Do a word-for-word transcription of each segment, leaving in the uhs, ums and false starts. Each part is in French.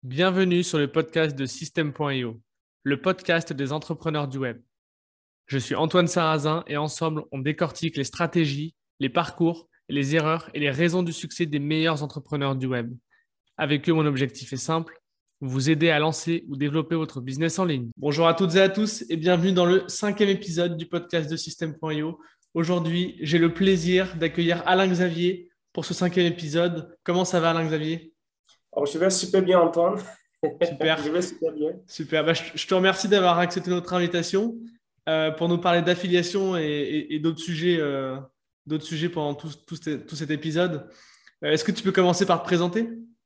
Bienvenue sur le podcast de System point io, le podcast des entrepreneurs du web. Je suis Antoine Sarrazin et ensemble, on décortique les stratégies, les parcours, les erreurs et les raisons du succès des meilleurs entrepreneurs du web. Avec eux, mon objectif est simple, vous aider à lancer ou développer votre business en ligne. Bonjour à toutes et à tous et bienvenue dans le cinquième épisode du podcast de System point io. Aujourd'hui, j'ai le plaisir d'accueillir Alain Xavier pour ce cinquième épisode. Comment ça va, Alain Xavier ? Alors, je vais super bien, Antoine. Super. Je vais super bien. Super. Bah, je, je te remercie d'avoir accepté notre invitation euh, pour nous parler d'affiliation et, et, et d'autres sujets, euh, d'autres sujets pendant tout, tout, cet, tout cet épisode. Euh, est-ce que tu peux commencer par te présenter ?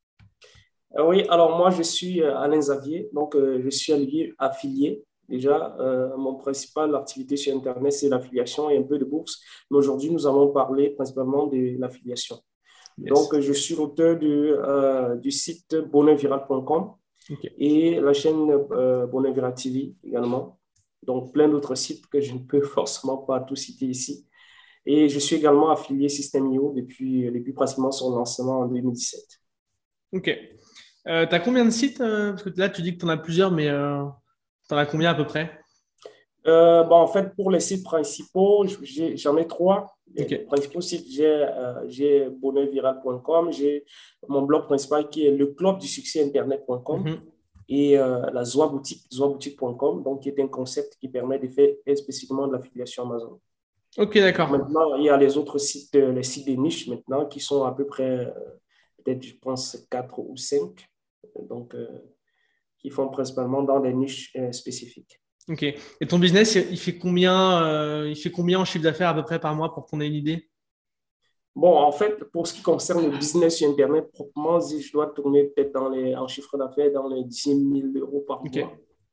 Euh, oui, alors moi, je suis euh, Alain Xavier. Donc, euh, je suis affilié. affilié. Déjà, euh, mon principal activité sur Internet, c'est l'affiliation et un peu de bourse. Mais aujourd'hui, nous allons parler principalement de l'affiliation. Yes. Donc, je suis l'auteur du, euh, du site bonheur viral point com Okay. et la chaîne euh, Bonheur Viral T V également. Donc, plein d'autres sites que je ne peux forcément pas tout citer ici. Et je suis également affilié System point io depuis, depuis pratiquement son lancement en deux mille dix-sept. Ok. Euh, tu as combien de sites euh, parce que là, tu dis que tu en as plusieurs, mais euh, tu en as combien à peu près ? Euh, bon, en fait, pour les sites principaux, j'ai, j'en ai trois. Les, okay. les principaux sites, j'ai, euh, j'ai bonheur viral point com, j'ai mon blog principal qui est le club du succès internet point com mm-hmm. et euh, la Zoa Boutique, zoa boutique point com, donc qui est un concept qui permet de faire spécifiquement de l'affiliation Amazon. Ok, d'accord. Maintenant, il y a les autres sites, les sites des niches maintenant, qui sont à peu près, euh, peut-être, je pense, quatre ou cinq, donc euh, qui font principalement dans des niches euh, spécifiques. Ok. Et ton business, il fait combien, euh, il fait combien en chiffre d'affaires à peu près par mois pour qu'on ait une idée ? Bon, en fait, pour ce qui concerne le business sur Internet, proprement dit, je dois tourner peut-être dans les, en chiffre d'affaires dans les dix mille euros par okay. mois.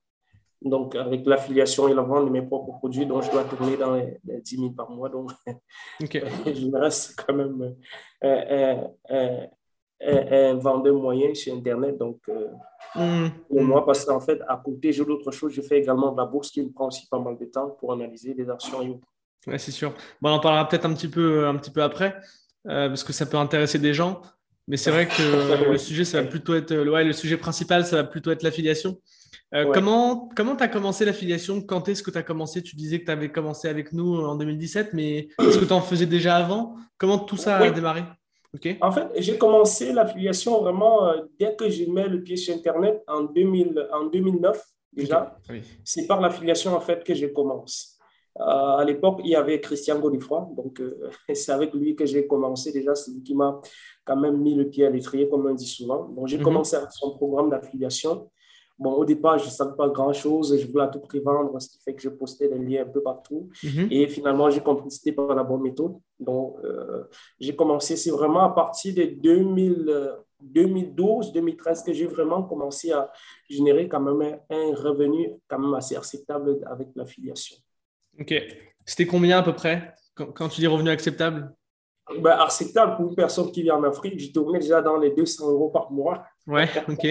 Donc, avec l'affiliation et la vente de mes propres produits, donc je dois tourner dans les, les dix mille par mois. Donc, okay. je me reste quand même un, un, un, un vendeur moyen sur Internet. Donc, euh, mmh. pour moi, parce qu'en fait, à côté, j'ai d'autres choses. Je fais également de la bourse qui me prend aussi pas mal de temps pour analyser les actions et autres. Ouais, c'est sûr. Bon, on en parlera peut-être un petit peu, un petit peu après, euh, parce que ça peut intéresser des gens. Mais c'est vrai que le sujet, ça va plutôt être, ouais, le sujet principal, ça va plutôt être l'affiliation. Euh, ouais. Comment comment tu as commencé l'affiliation ? Quand est-ce que tu as commencé ? Tu disais que tu avais commencé avec nous en deux mille dix-sept, mais est-ce que tu en faisais déjà avant ? Comment tout ça a oui. démarré ? Okay. En fait, j'ai commencé l'affiliation vraiment euh, dès que je mets le pied sur Internet en, deux mille, en deux mille neuf déjà. Okay. Oui. C'est par l'affiliation en fait que je commence. Euh, à l'époque, il y avait Christian Godefroy, donc euh, c'est avec lui que j'ai commencé déjà. C'est lui qui m'a quand même mis le pied à l'étrier, comme on dit souvent. Donc, j'ai mm-hmm. commencé avec son programme d'affiliation. Bon, au départ, je ne savais pas grand-chose. Je voulais à tout prix vendre, ce qui fait que je postais des liens un peu partout. Mm-hmm. Et finalement, j'ai compris que ce n'était pas la bonne méthode. Donc, euh, j'ai commencé, c'est vraiment à partir de deux mille, deux mille douze, deux mille treize que j'ai vraiment commencé à générer quand même un, un revenu quand même assez acceptable avec l'affiliation. OK. C'était combien à peu près quand, quand tu dis revenu acceptable? Ben, acceptable pour une personne qui vit en Afrique, je tournais déjà dans les deux cents euros par mois. Ouais, OK.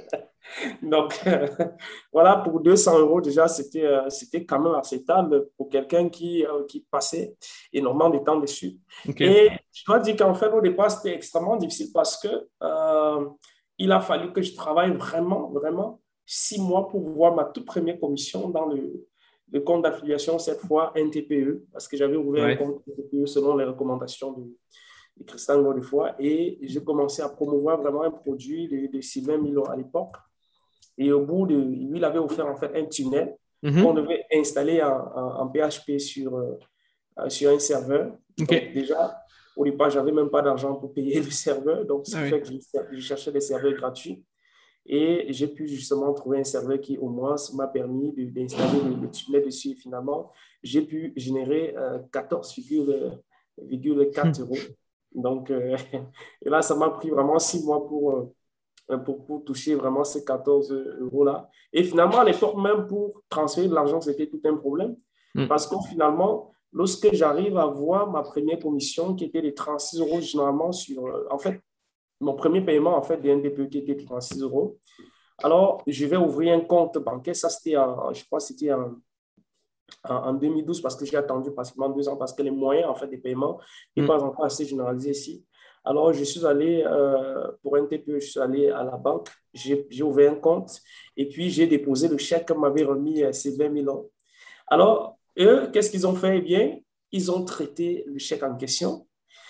Donc, euh, voilà, pour deux cents euros, déjà, c'était, euh, c'était quand même acceptable pour quelqu'un qui, euh, qui passait énormément de temps dessus. Okay. Et je dois dire qu'en fait, au départ, c'était extrêmement difficile parce que euh, il a fallu que je travaille vraiment, vraiment six mois pour voir ma toute première commission dans le, le compte d'affiliation, cette fois N T P E, parce que j'avais ouvert ouais. un compte N T P E selon les recommandations de, de Christian Godefroy. Et j'ai commencé à promouvoir vraiment un produit de, de Sylvain Milon à l'époque. Et au bout de, lui, il avait offert en fait un tunnel mm-hmm. qu'on devait installer en, en, en P H P sur, euh, sur un serveur. Okay. Donc déjà, au départ, je n'avais même pas d'argent pour payer le serveur. Donc, ce qui ah fait oui. que je, je cherchais des serveurs gratuits. Et j'ai pu justement trouver un serveur qui, au moins, m'a permis de, d'installer le, le tunnel dessus. Et finalement, j'ai pu générer euh, quatorze virgule quatre euros. Donc, euh, et là, ça m'a pris vraiment six mois pour... Euh, Pour, pour toucher vraiment ces quatorze euros-là. Et finalement, à l'époque, même pour transférer de l'argent, c'était tout un problème. Mm. Parce que finalement, lorsque j'arrive à voir ma première commission, qui était de trente-six euros généralement sur... En fait, mon premier paiement, en fait, des N D P E qui était de trente-six euros. Alors, je vais ouvrir un compte bancaire. Ça, c'était en... Je crois que c'était en... en deux mille douze parce que j'ai attendu pratiquement deux ans parce que les moyens, en fait, des paiements n'est mm. pas encore assez généralisé ici. Alors, je suis allé, euh, pour un T P E, je suis allé à la banque, j'ai j'ai ouvert un compte et puis j'ai déposé le chèque que m'avait remis euh, ces vingt mille euros. Alors, eux, qu'est-ce qu'ils ont fait? Eh bien, ils ont traité le chèque en question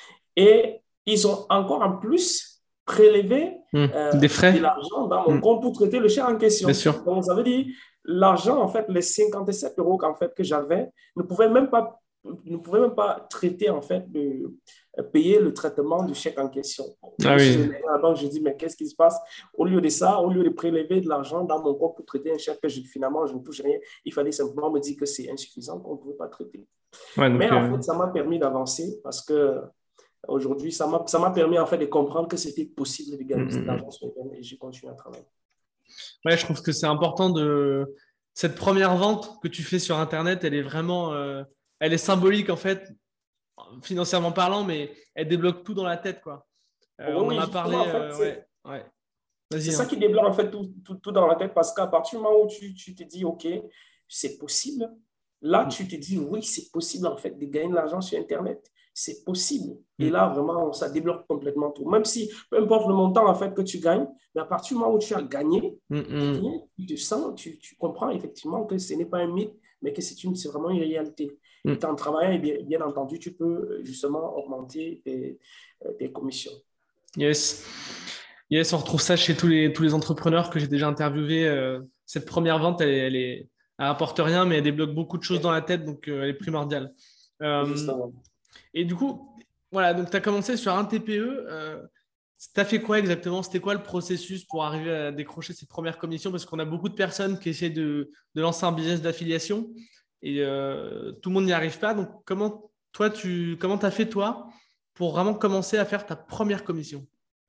et ils ont encore en plus prélevé Mmh. euh, Des de frais? l'argent dans mon Mmh. compte pour traiter le chèque en Bien question. sûr. Donc, ça veut dire l'argent, en fait, les cinquante-sept euros qu'en fait, que j'avais, ne pouvaient même pas, ne pouvaient même pas traiter, en fait, de euh, payer le traitement du chèque en question. Ah Je suis oui. allé à la banque, je dis, mais qu'est-ce qui se passe? Au lieu de ça, au lieu de prélever de l'argent dans mon compte pour traiter un chèque que je, finalement, je ne touche rien, il fallait simplement me dire que c'est insuffisant, qu'on ne pouvait pas traiter. Ouais, Mais donc, en euh, fait, ça m'a permis d'avancer parce que aujourd'hui, ça m'a, ça m'a permis en fait de comprendre que c'était possible de mmh, gagner mmh, cet mmh. argent sur Internet et j'ai continué à travailler. Ouais, je trouve que c'est important de. Cette première vente que tu fais sur Internet, elle est vraiment. euh, Elle est symbolique, en fait, financièrement parlant, mais elle débloque tout dans la tête, quoi. Euh, Oui, on en oui, a justement, parlé. en fait, euh, c'est, Ouais, ouais. c'est Vas-y, ça hein. qui débloque en fait tout, tout, tout dans la tête parce qu'à partir du moment où tu, tu te dis, OK, c'est possible, là, Mmh. tu te dis, oui, c'est possible en fait de gagner de l'argent sur Internet. C'est possible. Et Mmh. là, vraiment, ça débloque complètement tout. Même si, peu importe le montant en fait que tu gagnes, mais à partir du moment où tu as gagné, Mmh, eh mmh. bien, tu te sens, tu, tu comprends effectivement que ce n'est pas un mythe, mais que c'est une, c'est vraiment une réalité. Mmh. Et en travaillant, bien, bien entendu, tu peux justement augmenter tes, tes commissions. Yes. Yes, on retrouve ça chez tous les, tous les entrepreneurs que j'ai déjà interviewés. Euh, cette première vente, elle, est- elle, est, elle rapporte rien, mais elle débloque beaucoup de choses dans la tête, donc euh, elle est primordiale. Euh, Justement. et du coup, voilà, donc tu as commencé sur un T P E. Euh, tu as fait quoi exactement? C'était quoi le processus pour arriver à décrocher cette première commission? Parce qu'on a beaucoup de personnes qui essaient de, de lancer un business d'affiliation et euh, tout le monde n'y arrive pas. Donc, comment toi, tu comment as fait toi pour vraiment commencer à faire ta première commission?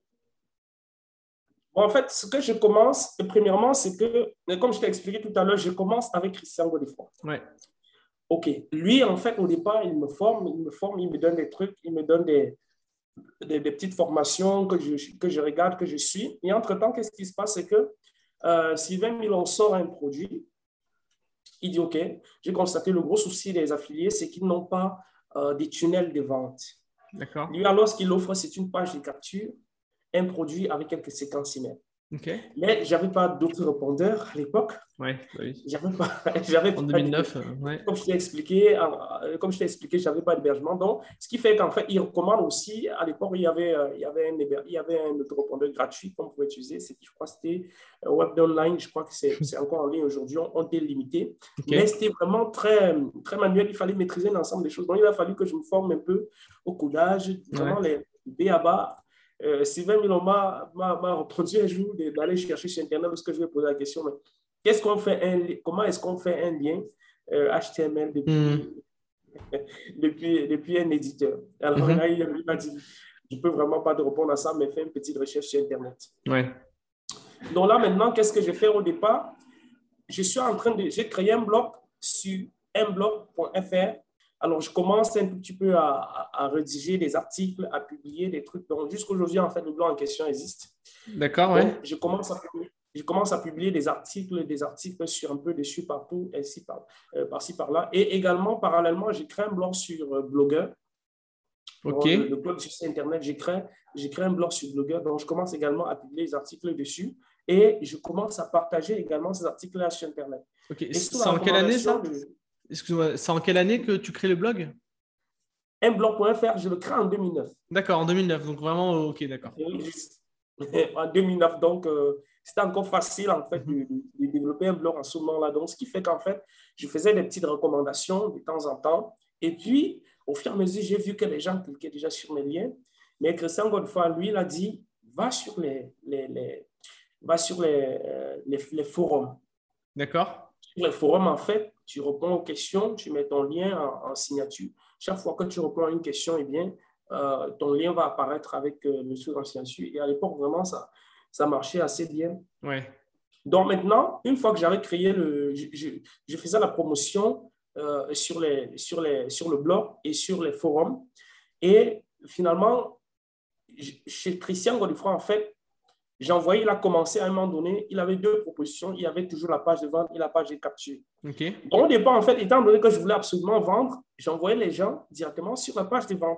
Bon, en fait, ce que je commence, premièrement, c'est que, comme je t'ai expliqué tout à l'heure, je commence avec Christian Godefroy. Ouais. OK. Lui, en fait, au départ, il me forme, il me forme, il me donne des trucs, il me donne des, des, des petites formations que je, que je regarde, que je suis. Et entre-temps, qu'est-ce qui se passe? C'est que euh, Sylvain Milon sort un produit, il dit, OK, j'ai constaté le gros souci des affiliés, c'est qu'ils n'ont pas euh, des tunnels de vente. D'accord. Lui, alors, ce qu'il offre, c'est une page de capture, un produit avec quelques séquences email. Ok. Mais je n'avais pas d'autres répondeurs à l'époque. Ouais, bah oui. J'avais pas, j'avais En pas de, deux mille neuf, euh, ouais. comme je t'ai expliqué, euh, comme je t'ai expliqué, j'avais pas d'hébergement. Donc, ce qui fait qu'en fait, il recommande aussi, à l'époque, il y avait, euh, il y avait un, il y avait un autorépondeur gratuit qu'on pouvait utiliser. Je crois que c'était euh, Web Online. Je crois que c'est, c'est encore en ligne aujourd'hui. On, on était limité. Ok. Mais c'était vraiment très, très manuel. Il fallait maîtriser l'ensemble des choses. Donc, il a fallu que je me forme un peu au codage, vraiment Ouais. les B à bas. Euh, Sylvain Milon m'a, m'a, m'a répondu un jour d'aller chercher sur Internet parce que je lui ai posé la question. Mais qu'est-ce qu'on fait un, comment est-ce qu'on fait un lien euh, H T M L depuis, Mm. depuis, depuis un éditeur? Alors Mhm. là, il m'a dit, je ne peux vraiment pas te répondre à ça, mais fais une petite recherche sur Internet. Ouais. Donc là, maintenant, qu'est-ce que je fais au départ? Je suis en train de, j'ai créé un blog sur un blog point F R. Alors, je commence un petit peu à, à, à rédiger des articles, à publier des trucs. Donc, jusqu'aujourd'hui, en fait, le blog en question existe. D'accord, Donc, ouais. je commence à publier. Je commence à publier des articles, des articles sur un peu dessus, partout, ainsi par, euh, par-ci, par-là. Et également, parallèlement, j'ai créé un blog sur euh, Blogueur. Ok. Le, le blog sur Internet, j'ai créé, j'ai créé un blog sur Blogueur. Donc, je commence également à publier des articles dessus. Et je commence à partager également ces articles-là sur Internet. Ok. Et sous C'est la en quelle année recommandation ça? de Excuse-moi, c'est en quelle année que tu crées le blog? un blog point F R, je le crée en deux mille neuf. D'accord, en deux mille neuf. Donc vraiment, ok, d'accord. En deux mille neuf, donc euh, c'était encore facile en fait Mhm. de, de développer un blog en ce moment-là. Donc, ce qui fait qu'en fait, je faisais des petites recommandations de temps en temps. Et puis, au fur et à mesure, j'ai vu que les gens cliquaient déjà sur mes liens. Mais Christian Godefroy, lui, il a dit, va sur les, les, les va sur les, euh, les, les forums. D'accord. Sur les forums, en fait, tu réponds aux questions, tu mets ton lien en, en signature. Chaque fois que tu réponds à une question, eh bien, euh, ton lien va apparaître avec euh, le truc en signature. Et à l'époque, vraiment, ça, ça marchait assez bien. Ouais. Donc maintenant, une fois que j'avais créé le... Je, je, je faisais la promotion euh, sur, les, sur, les, sur le blog et sur les forums. Et finalement, chez Christian Godefroy, en fait, j'ai envoyé, il a commencé à un moment donné, il avait deux propositions. Il y avait toujours la page de vente et la page de capture. Ok. Donc, au départ, en fait, étant donné que je voulais absolument vendre, j'envoyais les gens directement sur la page de vente.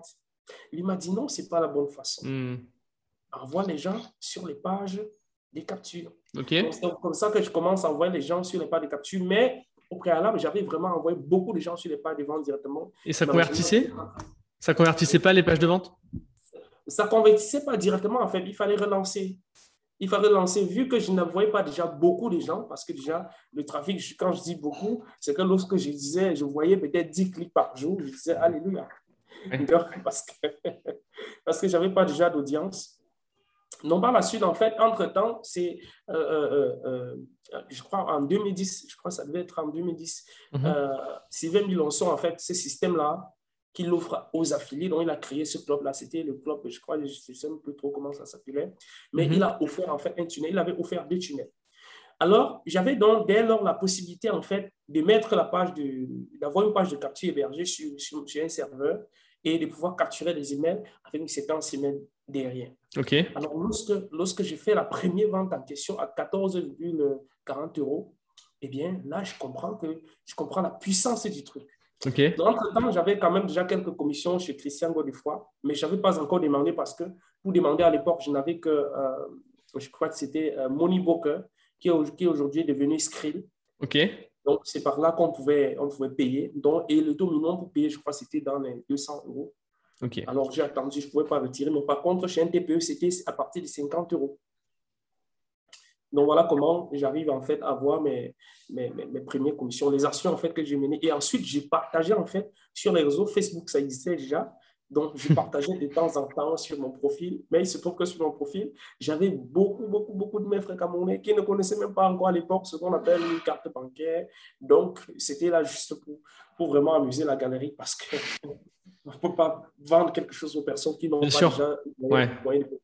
Il m'a dit non, ce n'est pas la bonne façon. Mm. Envoie les gens sur les pages des captures. Okay. Donc, c'est comme ça que je commence à envoyer les gens sur les pages de capture. Mais au préalable, j'avais vraiment envoyé beaucoup de gens sur les pages de vente directement. Et ça convertissait? Ça convertissait pas les pages de vente? Ça ne convertissait pas directement, en fait. Il fallait relancer. Il fallait relancer, vu que je n'envoyais pas déjà beaucoup de gens, parce que déjà, le trafic, quand je dis beaucoup, c'est que lorsque je disais, je voyais peut-être dix clics par jour, je disais, alléluia. Ouais. Donc, parce que, parce que je n'avais pas déjà d'audience. Donc, par la suite, en fait, entre-temps, c'est, euh, euh, euh, je crois, en deux mille dix, je crois que ça devait être en deux mille dix, mm-hmm. euh, Sylvain Milonson, en fait, ce système-là, qu'il offre aux affiliés. Donc, il a créé ce club-là. C'était le club, je crois, je ne sais même plus trop comment ça s'appelait. Mais mm-hmm. il a offert, en fait, un tunnel. Il avait offert deux tunnels. Alors, j'avais donc, dès lors, la possibilité, en fait, de mettre la page de, d'avoir une page de capture hébergée sur, sur, sur un serveur et de pouvoir capturer des emails avec une séquence email derrière. Okay. Alors, lorsque, lorsque j'ai fait la première vente en question à quatorze virgule quarante euros, eh bien, là, je comprends que je comprends la puissance du truc. Okay. Donc, entre-temps, j'avais quand même déjà quelques commissions chez Christian Godefroy, mais je n'avais pas encore demandé parce que pour demander à l'époque, je n'avais que, euh, je crois que c'était euh, Moneybroker, qui est, qui est aujourd'hui devenu Skrill. Okay. Donc, c'est par là qu'on pouvait, on pouvait payer. Donc, et le taux minimum pour payer, je crois, c'était dans les deux cents euros. Okay. Alors, j'ai attendu, je ne pouvais pas retirer. Mais par contre, chez N T P E, c'était à partir de cinquante euros. Donc, voilà comment j'arrive en fait à avoir mes, mes, mes, mes premières commissions, les actions en fait que j'ai menées. Et ensuite, j'ai partagé en fait sur les réseaux Facebook, ça existait déjà. Donc, je partageais de temps en temps sur mon profil. Mais il se trouve que sur mon profil, j'avais beaucoup, beaucoup, beaucoup de mes frères camerounais qui ne connaissaient même pas encore à l'époque ce qu'on appelle une carte bancaire. Donc, c'était là juste pour, pour vraiment amuser la galerie parce qu'on ne peut pas vendre quelque chose aux personnes qui n'ont pas sûr. déjà ouais. moyen de...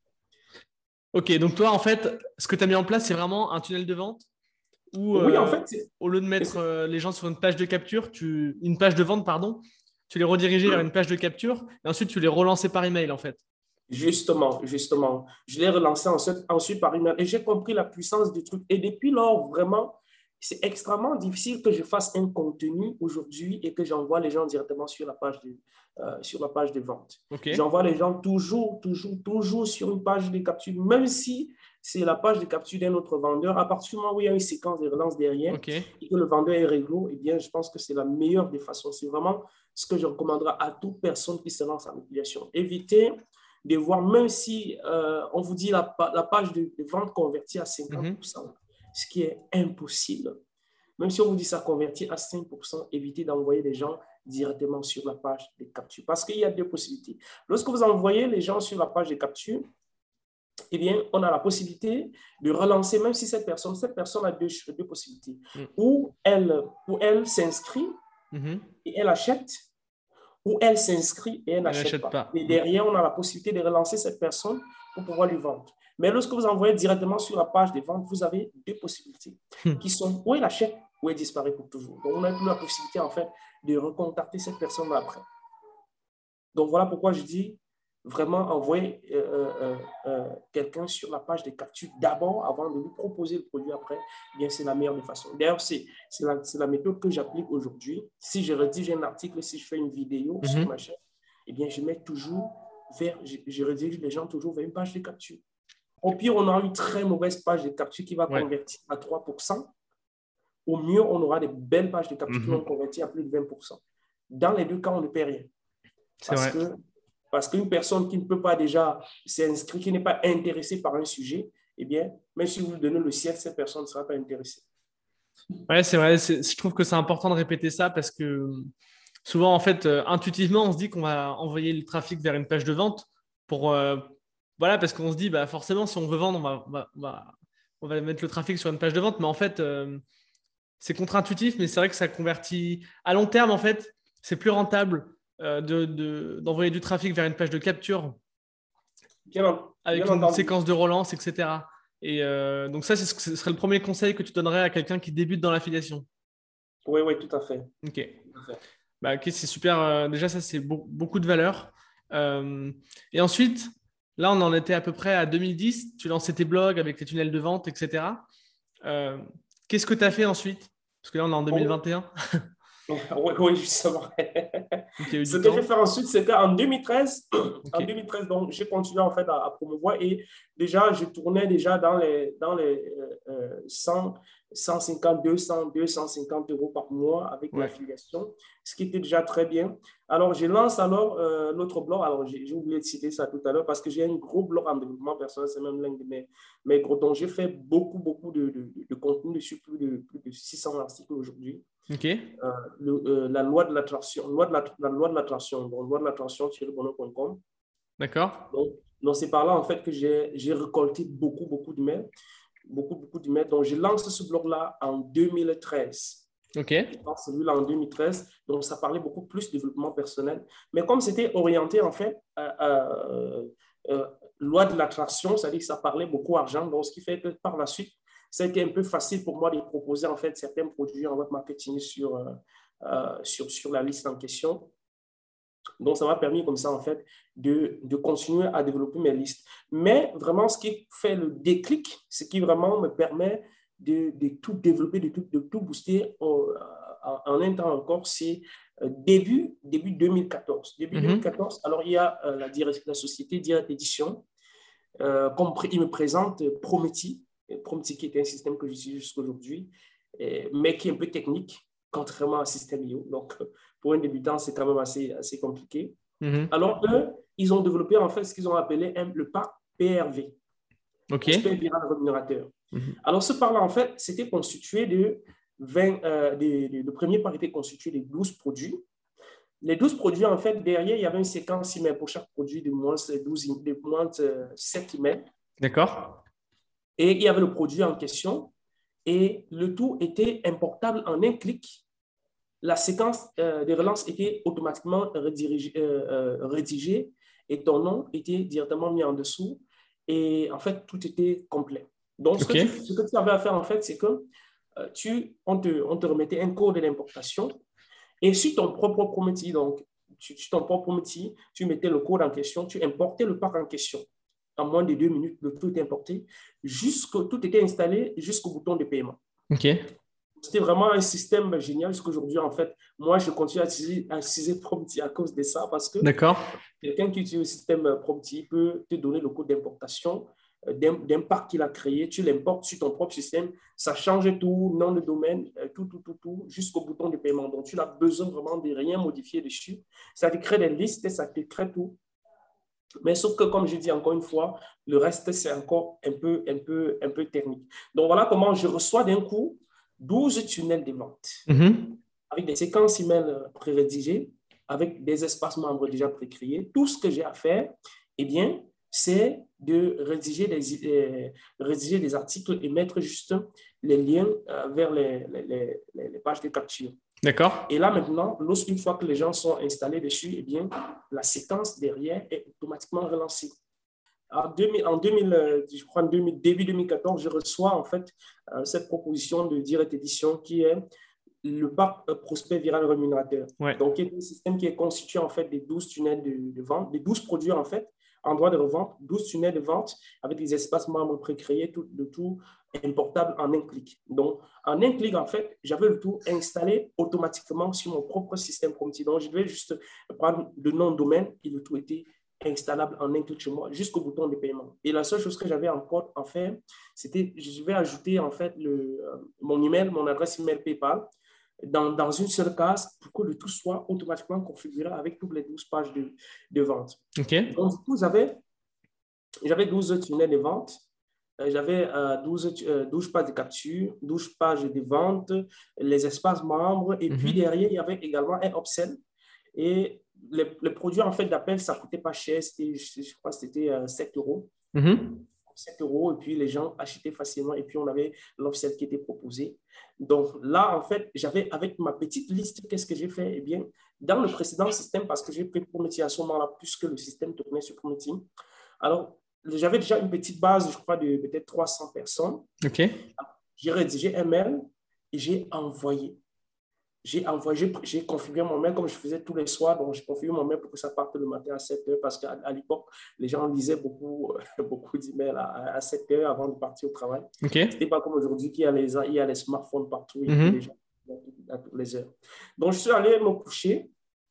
Ok, donc toi, en fait, ce que tu as mis en place, c'est vraiment un tunnel de vente où, oui, euh, en fait, au lieu de mettre euh, les gens sur une page de capture, tu... une page de vente, pardon, tu les redirigeais vers une page de capture et ensuite tu les relançais par email, en fait. Justement, justement. Je l'ai relancé ensuite, ensuite par email et j'ai compris la puissance du truc. Et depuis lors, vraiment, c'est extrêmement difficile que je fasse un contenu aujourd'hui et que j'envoie les gens directement sur la page de, euh, sur la page de vente. Okay. J'envoie les gens toujours, toujours, toujours sur une page de capture, même si c'est la page de capture d'un autre vendeur. À partir du moment où il y a une séquence de relance derrière okay. et que le vendeur est réglo, eh bien, je pense que c'est la meilleure des façons. C'est vraiment ce que je recommanderais à toute personne qui se lance en affiliation. Évitez de voir, même si euh, on vous dit la, la page de, de vente convertie à cinquante pour cent, mm-hmm. ce qui est impossible. Même si on vous dit ça convertit à cinq pour cent, évitez d'envoyer les gens directement sur la page de capture. Parce qu'il y a deux possibilités. Lorsque vous envoyez les gens sur la page de capture, eh bien, on a la possibilité de relancer, même si cette personne, cette personne a deux, deux possibilités. Mm. Ou elle, ou elle s'inscrit mm-hmm. et elle achète, ou elle s'inscrit et elle n'achète pas. pas. Et derrière, on a la possibilité de relancer cette personne pour pouvoir lui vendre. Mais lorsque vous envoyez directement sur la page de vente, vous avez deux possibilités hmm. qui sont ou elle achète ou elle disparaît pour toujours. Donc, on n'a plus la possibilité, en fait, de recontacter cette personne après. Donc, voilà pourquoi je dis vraiment envoyer euh, euh, euh, quelqu'un sur la page de capture d'abord avant de lui proposer le produit après. Eh bien, c'est la meilleure des façons. D'ailleurs, c'est la, la méthode que j'applique aujourd'hui. Si je rédige un article, si je fais une vidéo mm-hmm. sur ma chaîne, eh bien, je mets toujours vers, je, je redirige les gens toujours vers une page de capture. Au pire, on aura une très mauvaise page de capture qui va ouais. convertir à trois pour cent. Au mieux, on aura des belles pages de capture mm-hmm. qui vont convertir à plus de vingt pour cent. Dans les deux cas, on ne perd rien. Parce vrai. que Parce qu'une personne qui ne peut pas déjà s'inscrire, qui n'est pas intéressée par un sujet, eh bien, même si vous lui donnez le siège, cette personne ne sera pas intéressée. Oui, c'est vrai. Je trouve que c'est important de répéter ça parce que souvent, en fait, euh, intuitivement, on se dit qu'on va envoyer le trafic vers une page de vente pour, euh, voilà, parce qu'on se dit, bah, forcément, si on veut vendre, on va, on va, on va, on va mettre le trafic sur une page de vente. Mais en fait, euh, c'est contre-intuitif, mais c'est vrai que ça convertit à long terme, en fait, c'est plus rentable De, de, d'envoyer du trafic vers une page de capture bien, avec bien une entendu. séquence de relance, et cetera. Et euh, donc ça, c'est ce, ce serait le premier conseil que tu donnerais à quelqu'un qui débute dans l'affiliation. Oui, oui, tout à fait. Ok. Tout à fait. Bah, ok, c'est super. Euh, déjà, ça, c'est beau, beaucoup de valeur. Euh, et ensuite, là, on en était à peu près à deux mille dix. Tu lançais tes blogs avec les tunnels de vente, et cetera. Euh, qu'est-ce que tu as fait ensuite? Parce que là, on est en deux mille vingt et un. Oui, oui, justement. Okay, Ce que j'ai fait ensuite, c'est qu'en deux mille treize, okay. en deux mille treize, donc, j'ai continué en fait à, à promouvoir et déjà, je tournais déjà dans les, dans les euh, cent, cent cinquante, deux cents, deux cent cinquante euros par mois avec Ouais. l'affiliation, ce qui était déjà très bien. Alors, je lance alors euh, l'autre blog. Alors, j'ai, j'ai oublié de citer ça tout à l'heure parce que j'ai un gros blog en développement personnel, c'est même l'un de mes, mes gros. Donc, j'ai fait beaucoup, beaucoup de, de, de contenu dessus, plus de, plus de six cents articles aujourd'hui. Okay. Euh, le, euh, la loi de l'attraction, loi de la, la loi de l'attraction, donc loi de l'attraction tiret bonheur point com. D'accord. Donc, donc c'est par là en fait que j'ai, j'ai récolté beaucoup, beaucoup de mails, beaucoup, beaucoup de mails. Donc, j'ai lancé ce blog-là en deux mille treize. Ok. Je pense celui-là en deux mille treize. Donc, ça parlait beaucoup plus de développement personnel. Mais comme c'était orienté en fait à, à, euh, euh, loi de l'attraction, c'est-à-dire que ça parlait beaucoup argent. Donc, ce qui fait que par la suite, ça a été un peu facile pour moi de proposer en fait certains produits en web marketing sur, euh, euh, sur, sur la liste en question. Donc, ça m'a permis comme ça en fait de, de continuer à développer mes listes. Mais vraiment, ce qui fait le déclic, ce qui vraiment me permet de, de tout développer, de tout, de tout booster au, en, en un temps encore, c'est début, début deux mille quatorze. Début Mm-hmm. deux mille quatorze, alors il y a euh, la, la société Direct Édition, euh, comme il me présente Prometi. Prometi qui est un système que j'utilise jusqu'à aujourd'hui, mais qui est un peu technique, contrairement à Système I O. Donc, pour un débutant, c'est quand même assez, assez compliqué. Mm-hmm. Alors, eux, ils ont développé en fait ce qu'ils ont appelé le pack P R V. OK. Prospect viral rémunérateur. Mm-hmm. Alors, ce pack-là, en fait, c'était constitué de vingt, euh, de, de, le premier pack était constitué de douze produits. Les douze produits, en fait, derrière, il y avait une séquence email pour chaque produit de moins, douze, de moins sept emails. D'accord. Et il y avait le produit en question. Et le tout était importable en un clic. La séquence euh, de relance était automatiquement rédigée, euh, euh, rédigée et ton nom était directement mis en dessous. Et en fait, tout était complet. Donc, ce, okay. que, tu, ce que tu avais à faire, en fait, c'est que euh, tu, on, te, on te remettait un code d'importation et sur ton propre Prometi, donc, sur ton propre Prometi, tu mettais le code en question, tu importais le pack en question. En moins de deux minutes, le tout était importé, jusqu'au, tout était installé jusqu'au bouton de paiement. OK. C'était vraiment un système génial jusqu'aujourd'hui. En fait, moi, je continue à utiliser, à utiliser Prometi à cause de ça parce que quelqu'un qui utilise le système Prometi peut te donner le code d'importation d'un, d'un pack qu'il a créé. Tu l'importes sur ton propre système. Ça change tout, nom de domaine, tout, tout, tout, tout, jusqu'au bouton de paiement. Donc, tu n'as besoin vraiment de rien modifier dessus. Ça te crée des listes, ça te crée tout. Mais sauf que, comme je dis encore une fois, le reste, c'est encore un peu, un peu, un peu technique. Donc, voilà comment je reçois d'un coup douze tunnels de vente mm-hmm. avec des séquences email pré-rédigées, avec des espaces membres déjà pré-créés. Tout ce que j'ai à faire, eh bien, c'est de rédiger des, euh, rédiger des articles et mettre juste les liens euh, vers les, les, les, les pages de capture. D'accord. Et là, maintenant, lorsqu'une fois que les gens sont installés dessus, eh bien, la séquence derrière est automatiquement relancée. En, deux mille, en deux mille, je crois en deux mille, début deux mille quatorze, je reçois en fait euh, cette proposition de Direct Édition qui est le pack prospect viral rémunérateur. Ouais. Donc, il y a un système qui est constitué en fait des douze tunnels de, de vente, des douze produits en fait, en droit de revente, douze tunnels de vente avec des espaces membres pré-créés, tout, de tout importable en un clic. Donc, en un clic, en fait, j'avais le tout installé automatiquement sur mon propre système Prometi. Donc, je devais juste prendre le nom de domaine et le tout était installable en un clic chez moi jusqu'au bouton de paiement. Et la seule chose que j'avais encore à faire, c'était je vais ajouter en fait le, euh, mon email, mon adresse email PayPal dans, dans une seule case pour que le tout soit automatiquement configuré avec toutes les douze pages de, de vente. Okay. Donc, du coup, j'avais, j'avais douze tunnels de vente. J'avais euh, douze, euh, douze pages de capture, douze pages de vente, les espaces membres. Et mm-hmm. puis derrière, il y avait également un upsell. Et le, le produit en fait d'appel, ça ne coûtait pas cher. C'était, je, je crois que c'était euh, sept euros. Mm-hmm. sept euros. Et puis les gens achetaient facilement. Et puis on avait l'upsell qui était proposé. Donc là, en fait, j'avais avec ma petite liste, qu'est-ce que j'ai fait? Eh bien, dans le précédent système, parce que j'ai pris Prometi à ce moment-là, puisque le système tournait sur Prometi. Alors, j'avais déjà une petite base, je crois, de peut-être trois cents personnes. Okay. J'ai rédigé un mail et j'ai envoyé. J'ai envoyé, j'ai configuré mon mail comme je faisais tous les soirs. Donc, j'ai configuré mon mail pour que ça parte le matin à sept heures parce qu'à à l'époque, les gens lisaient beaucoup, beaucoup d'emails à, à sept heures avant de partir au travail. Okay. Ce n'était pas comme aujourd'hui qu'il y a les, il y a les smartphones partout et mm-hmm. puis les gens à toutes les heures. Donc, je suis allé me coucher.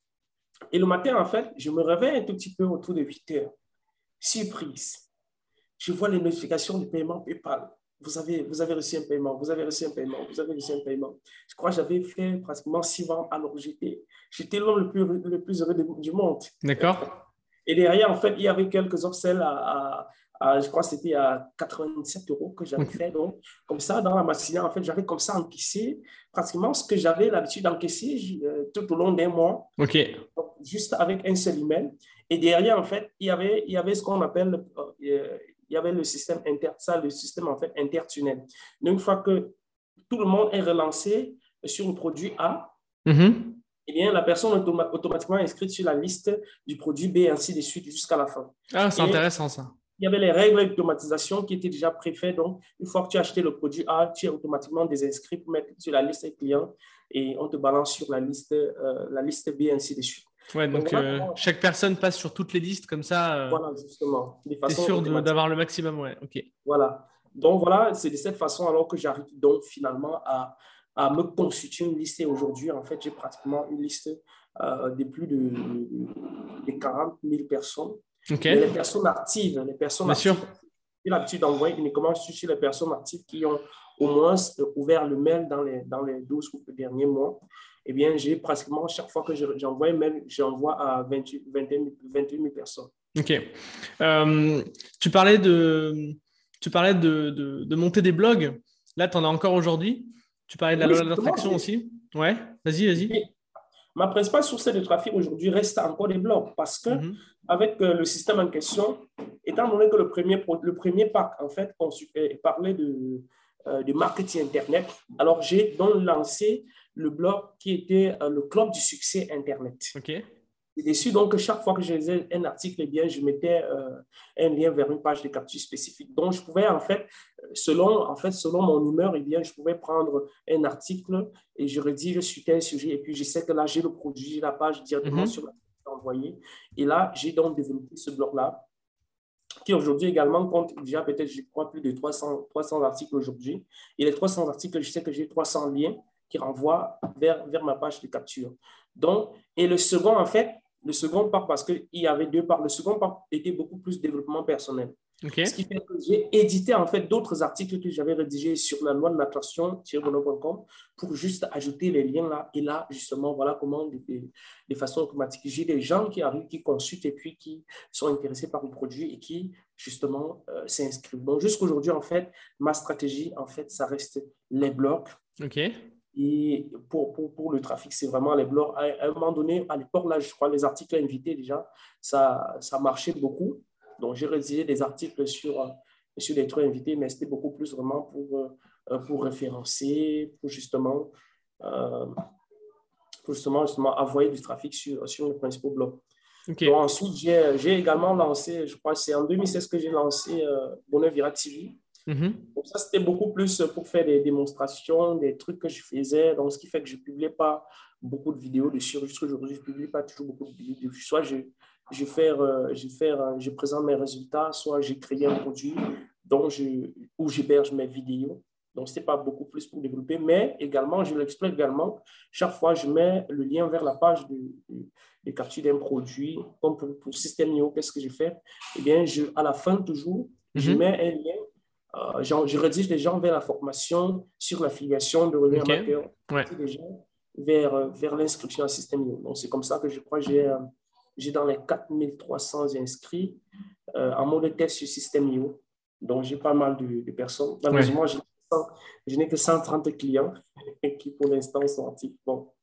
Et le matin, en fait, je me réveille un tout petit peu autour de huit heures. Surprise. Je vois les notifications de paiement PayPal. Vous avez, vous avez reçu un paiement, vous avez reçu un paiement, vous avez reçu un paiement. Je crois que j'avais fait pratiquement six ventes, alors j'étais, j'étais l'homme le plus, le plus heureux de, du monde. D'accord. Et derrière, en fait, il y avait quelques upsells à, à, à je crois que c'était à quatre-vingt-dix-sept euros que j'avais Okay. fait. Donc, comme ça, dans la matinée, en fait, j'avais comme ça encaissé pratiquement ce que j'avais l'habitude d'encaisser euh, tout au long d'un mois. OK. Donc, juste avec un seul email. Et derrière, en fait, il y avait, il y avait ce qu'on appelle, euh, il y avait le système inter, ça, le système en fait intertunnel. Donc, une fois que tout le monde est relancé sur le produit A, Mm-hmm. eh bien, la personne est automa- automatiquement inscrite sur la liste du produit B, ainsi de suite, jusqu'à la fin. Ah, c'est Et intéressant ça. il y avait les règles d'automatisation qui étaient déjà préfaites. Donc, une fois que tu as acheté le produit A, tu es automatiquement désinscrit pour mettre sur la liste des clients et on te balance sur la liste, euh, la liste B, ainsi de suite. Ouais, donc, Donc, voilà, euh, comment... chaque personne passe sur toutes les listes, comme ça, euh, voilà justement, de tu es façon sûr de, automatique. d'avoir le maximum. Ouais, OK. Voilà. Donc, voilà, c'est de cette façon alors que j'arrive donc finalement à, à me constituer une liste. Et aujourd'hui, en fait, j'ai pratiquement une liste euh, de plus de, de quarante mille personnes. OK. Mais les personnes actives, les personnes Bien actives, sûr. j'ai l'habitude d'envoyer uniquement sur les personnes actives qui ont au moins ouvert le mail dans les, dans les douze derniers mois. Eh bien, j'ai pratiquement, chaque fois que j'envoie un mail, j'envoie à vingt-huit mille personnes. OK. Euh, tu parlais de, tu parlais de, de, de monter des blogs. Là, tu en as encore aujourd'hui. Tu parlais de la Oui, loi justement, d'attraction aussi. Ouais, vas-y, vas-y. ma principale source de trafic aujourd'hui reste encore les blogs parce que Mm-hmm. avec euh, le système en question, étant donné que le premier, le premier pack, en fait, on parlait de, euh, de marketing Internet, alors j'ai donc lancé le blog qui était euh, le club du succès Internet. OK. Et dessus, donc, chaque fois que je lisais un article, eh bien, je mettais euh, un lien vers une page de capture spécifique. Donc, je pouvais, en fait, selon, en fait, selon mon humeur, eh bien, je pouvais prendre un article et je rédige sur tel sujet. Et puis, je sais que là, j'ai le produit, j'ai la page directement Mm-hmm. sur la page envoyée. Et là, j'ai donc développé ce blog-là, qui aujourd'hui également compte déjà peut-être, je crois, plus de trois cents, trois cents articles aujourd'hui. Et les trois cents articles, je sais que j'ai trois cents liens qui renvoient vers, vers ma page de capture. Donc, et le second, en fait, le second part, parce qu'il y avait deux parts, le second part était beaucoup plus développement personnel. OK. Ce qui fait que j'ai édité en fait d'autres articles que j'avais rédigés sur la loi de l'attraction tiret bonheur point com pour juste ajouter les liens là. Et là, justement, voilà comment, de, de, de façon automatique, j'ai des gens qui arrivent, qui consultent et puis qui sont intéressés par le produit et qui, justement, euh, s'inscrivent. Donc, jusqu'aujourd'hui, en fait, ma stratégie, en fait, ça reste les blogs. OK. Et pour, pour, pour le trafic, c'est vraiment les blogs. À, à un moment donné, à l'époque, là, je crois, les articles invités déjà, ça, ça marchait beaucoup. Donc, j'ai rédigé des articles sur, sur les trucs invités, mais c'était beaucoup plus vraiment pour, pour référencer, pour justement, euh, pour justement, justement envoyer du trafic sur, sur les principaux blogs. Okay. Donc, ensuite, j'ai, j'ai également lancé, je crois que c'est en deux mille seize que j'ai lancé euh, Bonheur Viral T V. Mm-hmm. Donc, ça, c'était beaucoup plus pour faire des démonstrations, des trucs que je faisais. Donc, ce qui fait que je ne publiais pas beaucoup de vidéos dessus. Jusqu'aujourd'hui, je ne publie pas toujours beaucoup de vidéos dessus. Soit je, je, fais, euh, je, fais, euh, je présente mes résultats, soit j'ai créé un produit dont je, où j'héberge mes vidéos. Donc, ce n'était pas beaucoup plus pour développer, mais également, je l'explique également, chaque fois, je mets le lien vers la page de, de, de capture d'un produit. Comme pour, pour System.io, qu'est-ce que j'ai fait? Eh bien, je, à la fin, toujours, mm-hmm. je mets un lien. Euh, je, je redirige les gens vers la formation sur l'affiliation de revenus okay. amateurs, ouais. les gens vers, vers l'inscription à System.io. Donc, c'est comme ça que je crois que j'ai, euh, j'ai dans les quatre mille trois cents inscrits euh, en mode test sur System.io. Donc, j'ai pas mal de, de personnes. Malheureusement, ouais. je n'ai que cent trente clients qui, pour l'instant, sont actifs. Bon,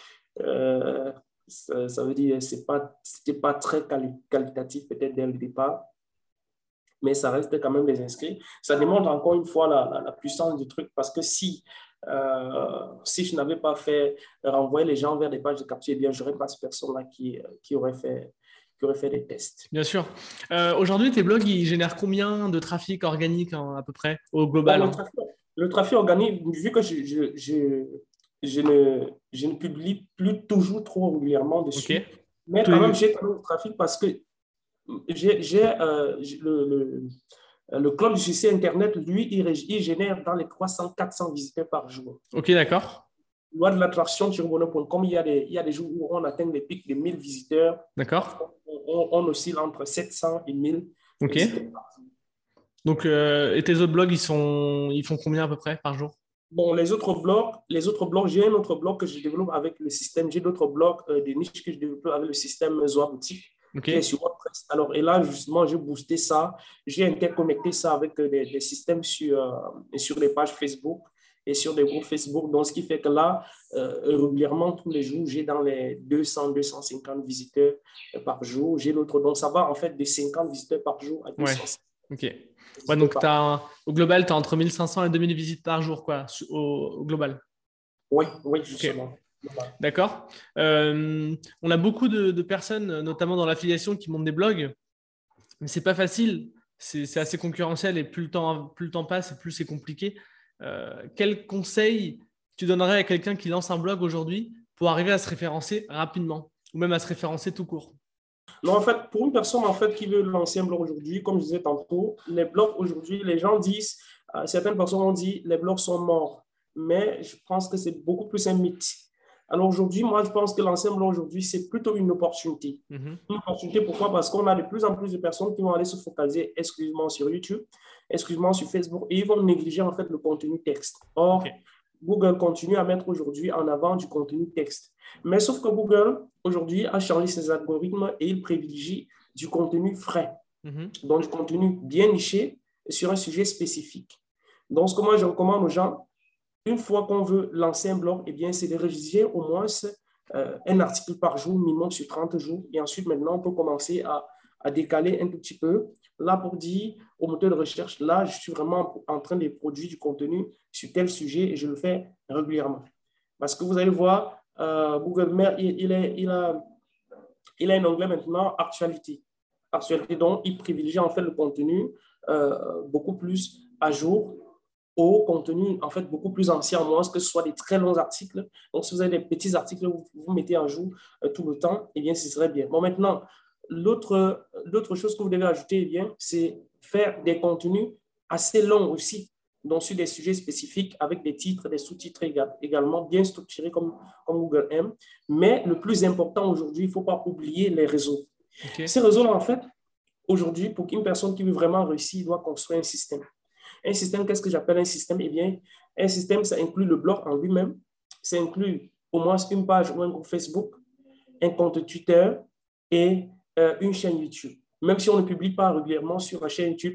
euh, ça, ça veut dire que ce n'était pas très quali- qualitatif peut-être dès le départ, mais ça reste quand même des inscrits. Ça démontre encore une fois la, la, la puissance du truc, parce que si, euh, si je n'avais pas fait renvoyer les gens vers des pages de capture, eh bien, je n'aurais pas cette personne-là qui, qui, aurait fait, qui aurait fait des tests. Bien sûr. Euh, aujourd'hui, tes blogs, ils génèrent combien de trafic organique hein, à peu près au global? Bon, le, trafic, le trafic organique, vu que je, je, je, je, ne, je ne publie plus toujours trop régulièrement dessus, okay. mais quand même, j'ai quand même le trafic parce que j'ai, j'ai euh, le, le, le club du succès Internet, lui, il, il génère dans les trois cents à quatre cents visiteurs par jour. Ok, d'accord. loi de l'attraction sur bonheur point com, il y a des, il y a des jours où on atteint des pics de mille visiteurs. D'accord. On, on, on oscille entre sept cents et mille Ok. visiteurs par jour. Donc, euh, et tes autres blogs, ils, sont... ils font combien à peu près par jour? Bon, les autres blogs, les autres blogs, j'ai un autre blog que je développe avec le système, j'ai d'autres blogs euh, de niche que je développe avec le système Zoa Boutique, Ok. qui est sur WordPress. Alors, et là, justement, j'ai boosté ça, j'ai interconnecté ça avec euh, des, des systèmes sur, euh, sur les pages Facebook et sur des groupes Facebook. Donc, ce qui fait que là, euh, régulièrement, tous les jours, j'ai dans les deux cents, deux cent cinquante visiteurs par jour. J'ai l'autre, donc ça va en fait de cinquante visiteurs par jour à deux cents. Ouais, ok. Ouais, donc as, au global, tu as entre mille cinq cents et deux mille visites par jour, quoi, au, au global. Oui, oui, justement. Okay. D'accord. Euh, on a beaucoup de, de personnes, notamment dans l'affiliation, qui montent des blogs, mais c'est pas facile. C'est assez concurrentiel et plus le temps, plus le temps passe et plus c'est compliqué. Euh, quel conseil tu donnerais à quelqu'un qui lance un blog aujourd'hui pour arriver à se référencer rapidement ou même à se référencer tout court? Non, en fait, pour une personne en fait, qui veut lancer un blog aujourd'hui, comme je disais tantôt, les blogs aujourd'hui, les gens disent, euh, certaines personnes ont dit, les blogs sont morts. Mais je pense que c'est beaucoup plus un mythe. Alors aujourd'hui, moi, je pense que lancer un blog aujourd'hui, c'est plutôt une opportunité. Mm-hmm. Une opportunité, pourquoi? Parce qu'on a de plus en plus de personnes qui vont aller se focaliser exclusivement sur YouTube, exclusivement sur Facebook, et ils vont négliger en fait le contenu texte. Or, okay. Google continue à mettre aujourd'hui en avant du contenu texte. Mais sauf que Google, aujourd'hui, a changé ses algorithmes et il privilégie du contenu frais, mm-hmm. donc du contenu bien niché sur un sujet spécifique. Donc, ce que moi, je recommande aux gens, une fois qu'on veut lancer un blog, eh bien, c'est de rédiger au moins euh, un article par jour, minimum sur trente jours. Et ensuite, maintenant, on peut commencer à, à décaler un tout petit peu. Là, pour dire au moteur de recherche, là, je suis vraiment en train de produire du contenu sur tel sujet et je le fais régulièrement. Parce que vous allez voir, euh, Google Mail, il, il, est, il, a, il a un onglet maintenant, actualité. Actualité, donc, il privilégie en fait le contenu euh, beaucoup plus à jour, au contenu en fait beaucoup plus ancien, en moins que ce soit des très longs articles. Donc, si vous avez des petits articles, vous, vous mettez à jour euh, tout le temps, eh bien, ce serait bien. Bon, maintenant, l'autre chose que vous devez ajouter, eh bien, c'est faire des contenus assez longs aussi, donc sur des sujets spécifiques avec des titres, des sous-titres également bien structurés comme, comme Google aime. Mais le plus important aujourd'hui, il ne faut pas oublier les réseaux. Okay. Ces réseaux-là, en fait, aujourd'hui, pour qu'une personne qui veut vraiment réussir, il doit construire un système. Un système, qu'est-ce que j'appelle un système? Eh bien, un système, ça inclut le blog en lui-même, ça inclut au moins une page ou un groupe Facebook, un compte Twitter et euh, une chaîne YouTube. Même si on ne publie pas régulièrement sur la chaîne YouTube,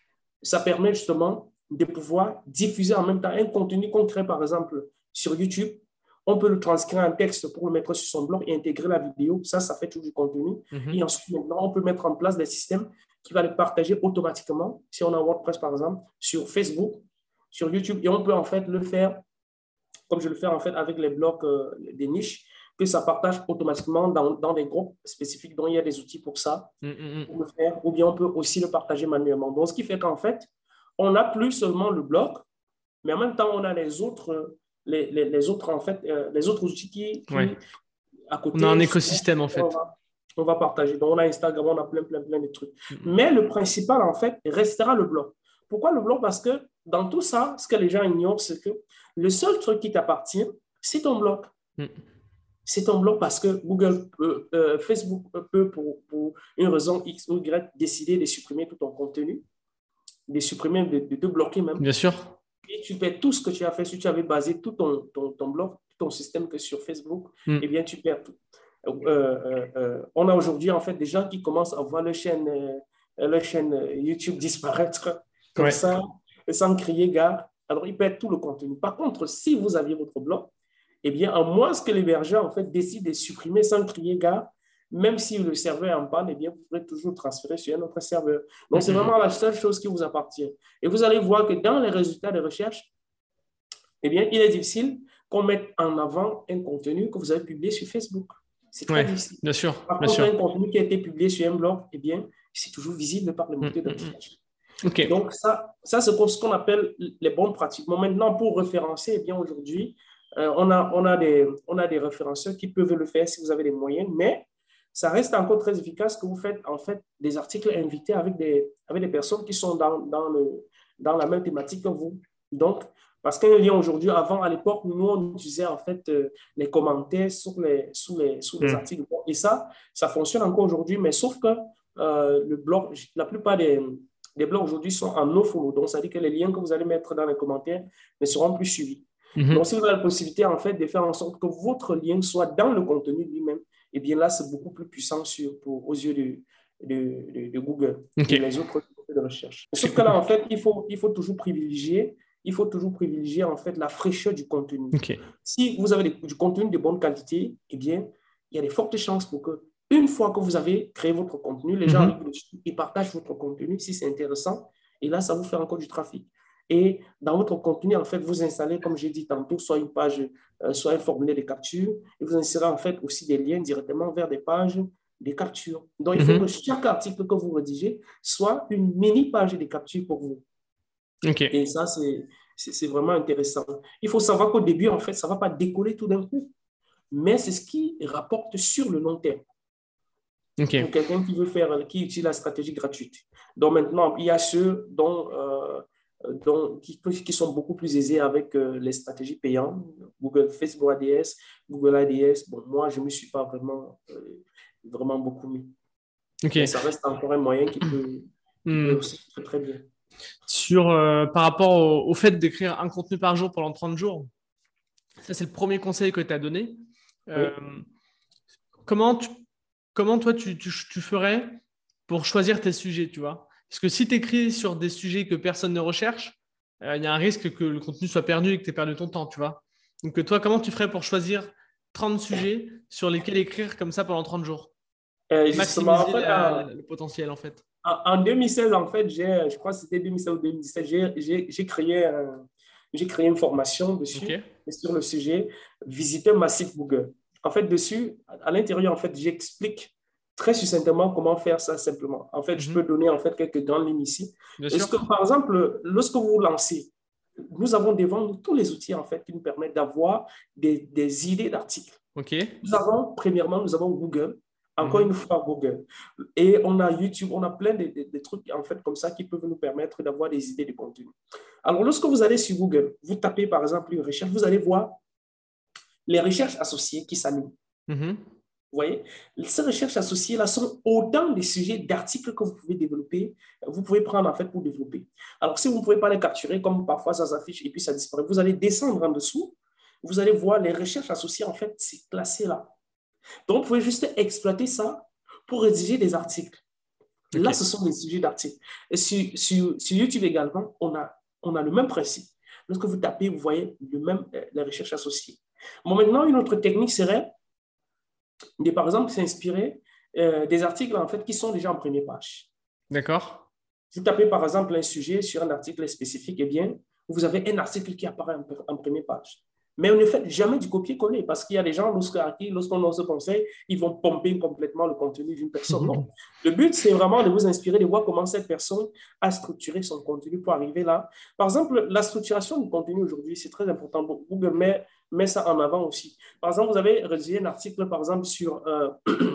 ça permet justement de pouvoir diffuser en même temps un contenu qu'on crée, par exemple, sur YouTube. On peut le transcrire en texte pour le mettre sur son blog et intégrer la vidéo. Ça, ça fait tout du contenu. Mm-hmm. Et ensuite, maintenant, on peut mettre en place des systèmes qui vont les partager automatiquement, si on a WordPress, par exemple, sur Facebook, sur YouTube. Et on peut en fait le faire, comme je le fais en fait avec les blogs euh, des niches, que ça partage automatiquement dans, dans des groupes spécifiques dont il y a des outils pour ça, mm-hmm. pour le faire. Ou bien on peut aussi le partager manuellement. Donc, ce qui fait qu'en fait, on n'a plus seulement le blog, mais en même temps, on a les autres... Les, les, les, autres, en fait, euh, les autres outils qui, qui ouais. à côté... On a un écosystème, en fait. On va, on va partager. Donc, on a Instagram, on a plein, plein, plein de trucs. Mm-hmm. Mais le principal, en fait, restera le blog. Pourquoi le blog? Parce que dans tout ça, ce que les gens ignorent, c'est que le seul truc qui t'appartient, c'est ton blog. Mm-hmm. C'est ton blog parce que Google, peut, euh, Facebook peut, pour, pour une raison X ou Y, décider de supprimer tout ton contenu, de supprimer, de, de te bloquer même. Bien sûr. Et tu perds tout ce que tu as fait. Si tu avais basé tout ton, ton, ton blog, ton système que sur Facebook, mm. eh bien, tu perds tout. Euh, euh, euh, on a aujourd'hui, en fait, des gens qui commencent à voir leur chaîne, euh, leur chaîne YouTube disparaître comme ouais. ça, sans crier gare. Alors, ils perdent tout le contenu. Par contre, si vous aviez votre blog, eh bien, à moins que l'hébergeur, en fait, décide de supprimer sans crier gare, même si le serveur est en panne, eh bien, vous pourrez toujours transférer sur un autre serveur. Donc, mm-hmm. c'est vraiment la seule chose qui vous appartient. Et vous allez voir que dans les résultats de recherche, eh bien, il est difficile qu'on mette en avant un contenu que vous avez publié sur Facebook. C'est très ouais, difficile. Bien sûr. Par bien contre, sûr. un contenu qui a été publié sur un blog, eh bien, c'est toujours visible par le moteur mm-hmm. de recherche. Okay. Donc, ça, ça c'est ce qu'on appelle les bonnes pratiques. Bon, maintenant, pour référencer, eh bien, aujourd'hui, euh, on, a, on, a des, on a des référenceurs qui peuvent le faire si vous avez les moyens, mais ça reste encore très efficace que vous faites en fait des articles invités avec des, avec des personnes qui sont dans, dans, le, dans la même thématique que vous. Donc, Parce qu'un lien aujourd'hui, avant, à l'époque, nous, on utilisait en fait euh, les commentaires sous les, sous les, sous les Mm. articles. Et ça, ça fonctionne encore aujourd'hui, mais sauf que euh, le blog, la plupart des, des blogs aujourd'hui sont en no-follow. Donc, ça veut dire que les liens que vous allez mettre dans les commentaires ne seront plus suivis. Mm-hmm. Donc, si vous avez la possibilité en fait de faire en sorte que votre lien soit dans le contenu lui-même, eh bien là, c'est beaucoup plus puissant sur, pour, aux yeux de, de, de, de Google Okay. et les autres de recherche. Sauf que là, en fait, il faut, il faut toujours privilégier il faut toujours privilégier en fait la fraîcheur du contenu. Okay. Si vous avez du contenu de bonne qualité, eh bien, il y a des fortes chances pour que, une fois que vous avez créé votre contenu, les gens arrivent dessus, ils partagent votre contenu si c'est intéressant, et là, ça vous fait encore du trafic. Et dans votre contenu, en fait, vous installez, comme j'ai dit tantôt, soit une page, euh, soit un formulaire de capture, et vous insérez en fait aussi des liens directement vers des pages de capture. Donc, il faut mm-hmm. que chaque article que vous rédigez soit une mini page de capture pour vous. Okay. Et ça, c'est vraiment intéressant. Il faut savoir qu'au début, en fait, ça ne va pas décoller tout d'un coup. Mais c'est ce qui rapporte sur le long terme. Okay. Pour quelqu'un qui veut faire, qui utilise la stratégie gratuite. Donc maintenant, il y a ceux dont, euh, dont, qui, qui sont beaucoup plus aisés avec euh, les stratégies payantes. Google, Facebook A D S, Google A D S. Bon, moi, je ne me suis pas vraiment, euh, vraiment beaucoup mis. Okay. Mais ça reste encore un moyen qui peut, qui mm. peut aussi être très bien. Sur, euh, par rapport au, au fait d'écrire un contenu par jour pendant trente jours, ça c'est le premier conseil que tu as donné. Euh, oui. Comment, tu, comment toi tu, tu, tu ferais pour choisir tes sujets, tu vois? Parce que si tu écris sur des sujets que personne ne recherche, il euh, y a un risque que le contenu soit perdu et que tu aies perdu ton temps, tu vois? Donc toi, comment tu ferais pour choisir trente sujets sur lesquels écrire comme ça pendant trente jours? euh, Justement, Maximiser en fait, la, euh... le potentiel en fait. En deux mille seize, en fait, je crois que c'était deux mille seize ou deux mille dix-sept, j'ai créé, euh, créé une formation dessus, okay. sur le sujet Visiteur massif Google. En fait, dessus, à l'intérieur, en fait, j'explique très succinctement comment faire ça simplement. En fait, mm-hmm. je peux donner en fait quelques grandes lignes ici. Est-ce que, par exemple, lorsque vous vous lancez, nous avons devant nous tous les outils en fait qui nous permettent d'avoir des, des idées d'articles. Okay. Nous avons, premièrement, nous avons Google. Encore mmh. une fois, Google. Et on a YouTube, on a plein de, de, de trucs en fait comme ça qui peuvent nous permettre d'avoir des idées de contenu. Alors, lorsque vous allez sur Google, vous tapez par exemple une recherche, vous allez voir les recherches associées qui s'animent. Mmh. Vous voyez, ces recherches associées-là sont autant des sujets d'articles que vous pouvez développer, vous pouvez prendre en fait pour développer. Alors, si vous ne pouvez pas les capturer, comme parfois ça s'affiche et puis ça disparaît, vous allez descendre en dessous, vous allez voir les recherches associées, en fait, c'est classé là. Donc, vous pouvez juste exploiter ça pour rédiger des articles. Okay. Là, ce sont des sujets d'articles. Et sur, sur, sur YouTube également, on a, on a le même principe. Lorsque vous tapez, vous voyez le même, euh, les recherches associées. Bon, maintenant, une autre technique serait de, par exemple, s'inspirer euh, des articles en fait, qui sont déjà en première page. D'accord. Vous tapez, par exemple, un sujet sur un article spécifique, eh bien, vous avez un article qui apparaît en, en première page. Mais on ne fait jamais du copier-coller parce qu'il y a des gens, lorsqu'on donne ce conseil, ils vont pomper complètement le contenu d'une personne. Non. Le but, c'est vraiment de vous inspirer, de voir comment cette personne a structuré son contenu pour arriver là. Par exemple, la structuration du contenu aujourd'hui, c'est très important. Google met, met ça en avant aussi. Par exemple, vous avez rédigé un article, par exemple, sur euh,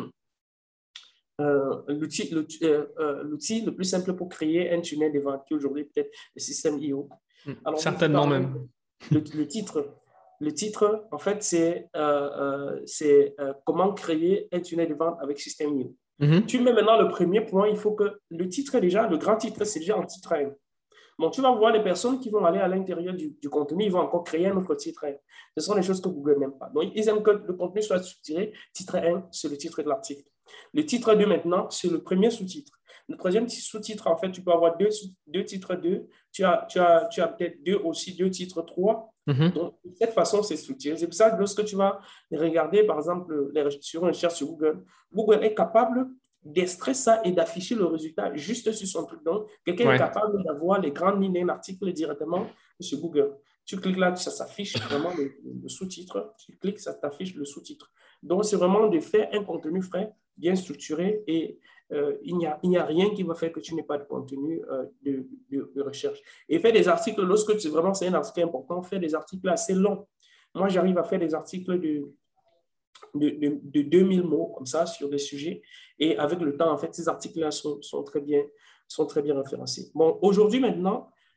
euh, l'outil le, euh, euh, le plus simple pour créer un tunnel de vente, qui aujourd'hui peut-être le système I O. Alors, certainement même. Le, le titre... Le titre, en fait, c'est euh, euh, euh, comment créer un tunnel de vente avec Système I O. Mm-hmm. Tu mets maintenant le premier point, il faut que le titre, déjà, le grand titre, c'est déjà en titre un. Bon, tu vas voir les personnes qui vont aller à l'intérieur du, du contenu, ils vont encore créer un autre titre un. Ce sont les choses que Google n'aime pas. Donc, ils aiment que le contenu soit structuré. Titre un, c'est le titre de l'article. Le titre deux, maintenant, c'est le premier sous-titre. Le troisième sous-titre, en fait, tu peux avoir deux, deux titres deux. Tu as, tu as, tu as peut-être deux aussi, deux titres trois. Mm-hmm. Donc, de cette façon, c'est structuré. C'est pour ça que lorsque tu vas regarder, par exemple, les, sur une recherche sur Google, Google est capable d'extraire ça et d'afficher le résultat juste sur son truc. Donc, quelqu'un ouais. est capable d'avoir les grandes lignes d'un article directement sur Google. Tu cliques là, ça s'affiche vraiment le, le sous-titre. Tu cliques, ça t'affiche le sous-titre. Donc, c'est vraiment de faire un contenu frais, bien structuré et euh, il n'y a, il n'y a rien qui va faire que tu n'aies pas de contenu euh, de, de, de recherche. Et faire des articles, lorsque tu, vraiment c'est un article important, faire des articles assez longs. Moi, j'arrive à faire des articles de, de, de, de deux mille mots comme ça sur des sujets. Et avec le temps, en fait, ces articles-là sont, sont, très bien, sont très bien référencés. Bon, aujourd'hui, maintenant,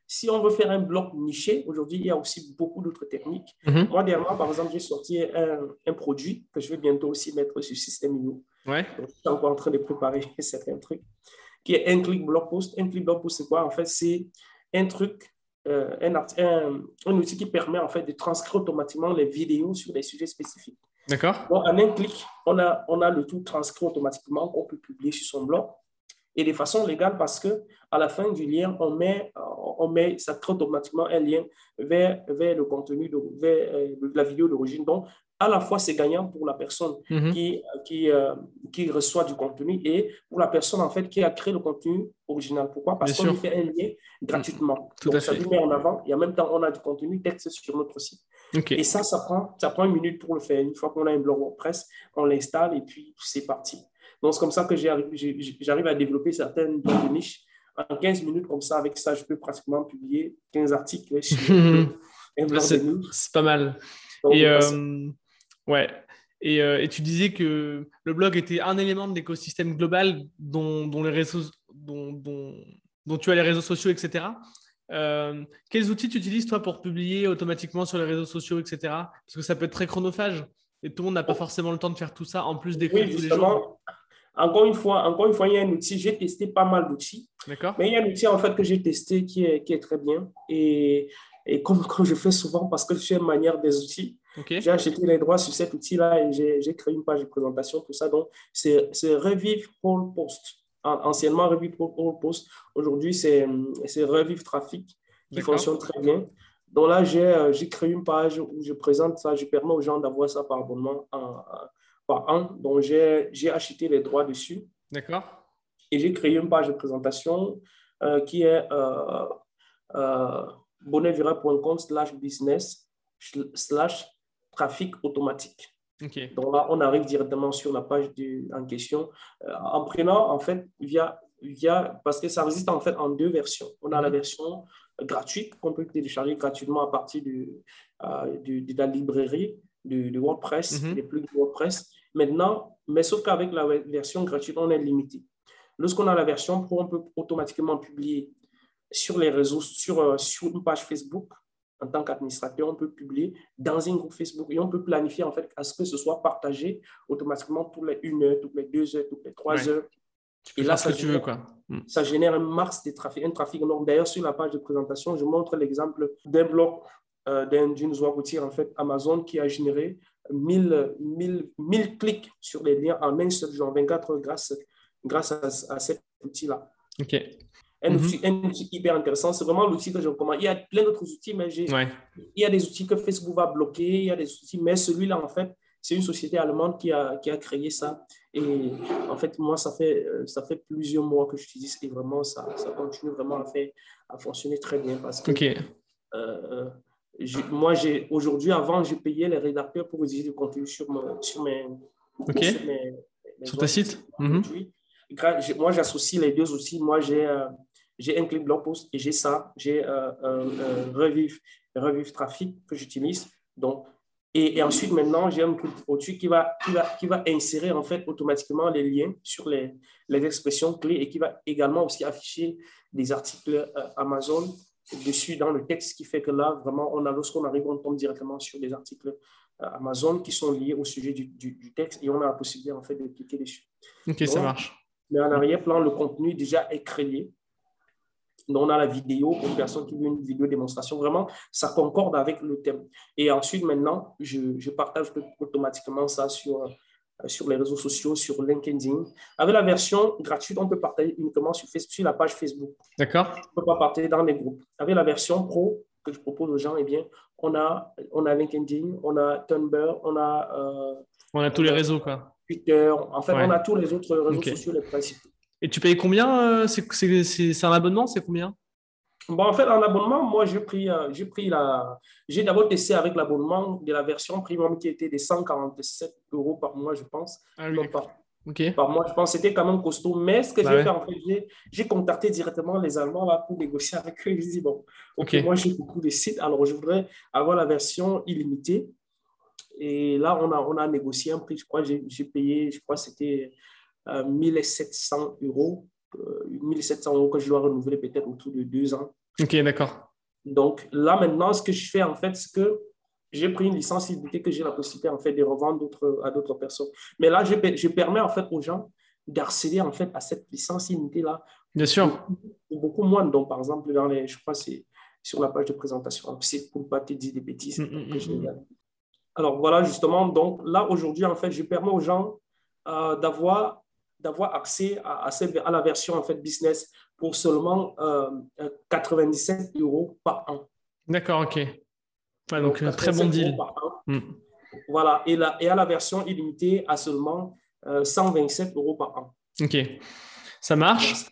si on veut faire un blog niché, aujourd'hui, il y a aussi beaucoup d'autres techniques. Mm-hmm. Moi, dernièrement, par exemple, j'ai sorti un, un produit que je vais bientôt aussi mettre sur System point I O. Ouais. Donc, je suis encore en train de préparer certains trucs, qui est un click blog post. Un click blog post, c'est quoi? En fait, c'est un truc, euh, un, un, un outil qui permet en fait de transcrire automatiquement les vidéos sur des sujets spécifiques. D'accord. Donc, en un clic, on a, on a le tout transcrit automatiquement qu'on peut publier sur son blog. Et de façon légale parce qu'à la fin du lien, on met, on met, ça crée automatiquement un lien vers, vers le contenu, de, vers euh, la vidéo d'origine. Donc, à la fois, c'est gagnant pour la personne mm-hmm. qui, qui, euh, qui reçoit du contenu et pour la personne, en fait, qui a créé le contenu original. Pourquoi? Parce qu'on lui fait un lien gratuitement. Tout Donc, ça lui met en avant et en même temps, on a du contenu texte sur notre site. Okay. Et ça, ça prend, ça prend une minute pour le faire. Une fois qu'on a un blog WordPress, on l'installe et puis c'est parti. Donc, c'est comme ça que j'arrive à développer certaines blogs de niche. En quinze minutes, comme ça, avec ça, je peux pratiquement publier quinze articles sur un blog de niche. C'est pas mal. Donc, et, euh, ouais. et, euh, et tu disais que le blog était un élément de l'écosystème global dont, dont, les réseaux, dont, dont, dont tu as les réseaux sociaux, et cetera. Euh, quels outils tu utilises, toi, pour publier automatiquement sur les réseaux sociaux, et cetera. Parce que ça peut être très chronophage et tout le monde n'a pas oh. forcément le temps de faire tout ça, en plus d'écrire oui, tous les jours. Encore une fois, encore une fois, il y a un outil. J'ai testé pas mal d'outils. D'accord. Mais il y a un outil en fait que j'ai testé qui est, qui est très bien. Et, et comme, comme je fais souvent, parce que je suis une manière des outils, okay. j'ai acheté les droits sur cet outil-là et j'ai créé une page de présentation, tout ça. Donc, c'est Revive All Post. Anciennement, Revive All Post. Aujourd'hui, c'est Revive Traffic qui fonctionne très bien. Donc là, j'ai créé une page où je présente ça. Je permets aux gens d'avoir ça par abonnement en, par an. Donc, j'ai acheté les droits dessus. D'accord. Et j'ai créé une page de présentation euh, qui est euh, euh, bonnevira point com slash business slash trafic automatique. Okay. Donc là, on arrive directement sur la page de, en question euh, en prenant, en fait, via, via, parce que ça existe en fait en deux versions. On a mm-hmm. la version gratuite qu'on peut télécharger gratuitement à partir de, euh, de, de la librairie de, de WordPress, mm-hmm. des plugins de WordPress. Maintenant, mais sauf qu'avec la version gratuite, on est limité. Lorsqu'on a la version pro, on peut automatiquement publier sur les réseaux, sur, euh, sur une page Facebook. En tant qu'administrateur, on peut publier dans un groupe Facebook et on peut planifier en fait à ce que ce soit partagé automatiquement toutes les une heure, toutes les deux heures, toutes les trois ouais. heures. Tu peux et là, faire ce que génère, tu veux, quoi. Ça génère un max de trafic, un trafic énorme. D'ailleurs, sur la page de présentation, je montre l'exemple d'un blog euh, d'une outil en fait Amazon qui a généré mille, mille, mille clics sur les liens en un seul jour, vingt-quatre heures grâce grâce à, à cet outil-là. OK. Un, mm-hmm. outil, un outil hyper intéressant. C'est vraiment l'outil que je recommande. Il y a plein d'autres outils, mais j'ai, ouais. il y a des outils que Facebook va bloquer. Il y a des outils, mais celui-là, en fait, c'est une société allemande qui a, qui a créé ça. Et en fait, moi, ça fait, ça fait plusieurs mois que j'utilise et vraiment, ça, ça continue vraiment à, faire, à fonctionner très bien. Parce que okay. euh, moi, aujourd'hui, avant, je payais les rédacteurs pour rédiger du contenu sur, mon, sur mes... Okay. Sur, mes, mes sur ta site mm-hmm. Moi, j'associe les deux outils. Moi, j'ai euh, un clip blog post et j'ai ça. J'ai euh, un, un Revive, Revive Traffic que j'utilise. Donc, et, et ensuite, maintenant, j'ai un produit qui va, qui, va, qui va insérer en fait automatiquement les liens sur les, les expressions clés et qui va également aussi afficher des articles euh, Amazon dessus dans le texte, ce qui fait que là, vraiment, on a, lorsqu'on arrive, on tombe directement sur des articles euh, Amazon qui sont liés au sujet du, du, du texte et on a la possibilité en fait de cliquer dessus. Ok, donc, ça marche. Mais en arrière-plan, le contenu déjà est créé. Donc, on a la vidéo pour une personne qui veut une vidéo démonstration. Vraiment, ça concorde avec le thème. Et ensuite, maintenant, je, je partage automatiquement ça sur, euh, sur les réseaux sociaux, sur LinkedIn. Avec la version gratuite, on peut partager uniquement sur, Facebook, sur la page Facebook. D'accord. On ne peut pas partager dans les groupes. Avec la version pro que je propose aux gens, eh bien, on a, on a LinkedIn, on a Tumblr, on a... Euh, on a tous on les a réseaux, quoi. Twitter. En fait, ouais. on a tous les autres réseaux okay. sociaux, les principaux. Et tu payes combien euh, c'est un abonnement, c'est combien? Bon, en fait, en abonnement, moi, j'ai pris, euh, j'ai pris la... J'ai d'abord testé avec l'abonnement de la version premium qui était de cent quarante-sept euros par mois, je pense. Ah oui, non, par, okay. par mois, je pense. C'était quand même costaud. Mais ce que bah j'ai ouais. fait, en fait, j'ai contacté directement les Allemands là, pour négocier avec eux. Je dis, bon, ok, okay. moi, j'ai beaucoup de sites. Alors, je voudrais avoir la version illimitée. Et là, on a, on a négocié un prix. Je crois que j'ai payé, je crois que c'était euh, mille sept cents euros. Euh, mille sept cents euros que je dois renouveler peut-être autour de deux ans. Ok, d'accord. Donc là, maintenant, ce que je fais, en fait, c'est que j'ai pris une licence illimitée que j'ai la possibilité, en fait, de revendre d'autres- à d'autres personnes. Mais là, je, je permets, en fait, aux gens d'accéder, en fait, à cette licence illimitée-là Bien pour sûr. beaucoup, pour beaucoup moins. Donc, par exemple, dans les, je crois que c'est sur la page de présentation. C'est pour ne pas te dire des Mm, bêtises. Donc, que je mm, mm. regarde. Alors, voilà, justement, donc là, aujourd'hui, en fait, je permets aux gens euh, d'avoir d'avoir accès à, à, cette, à la version, en fait, business pour seulement euh, quatre-vingt-dix-sept euros par an. D'accord, ok. Ouais, donc, Donc, euh, très bon quatre-vingt-sept euros deal. par an. Mm. Voilà. Et, la, et à la version illimitée, à seulement euh, cent vingt-sept euros par an. Ok. Ça Donc, marche?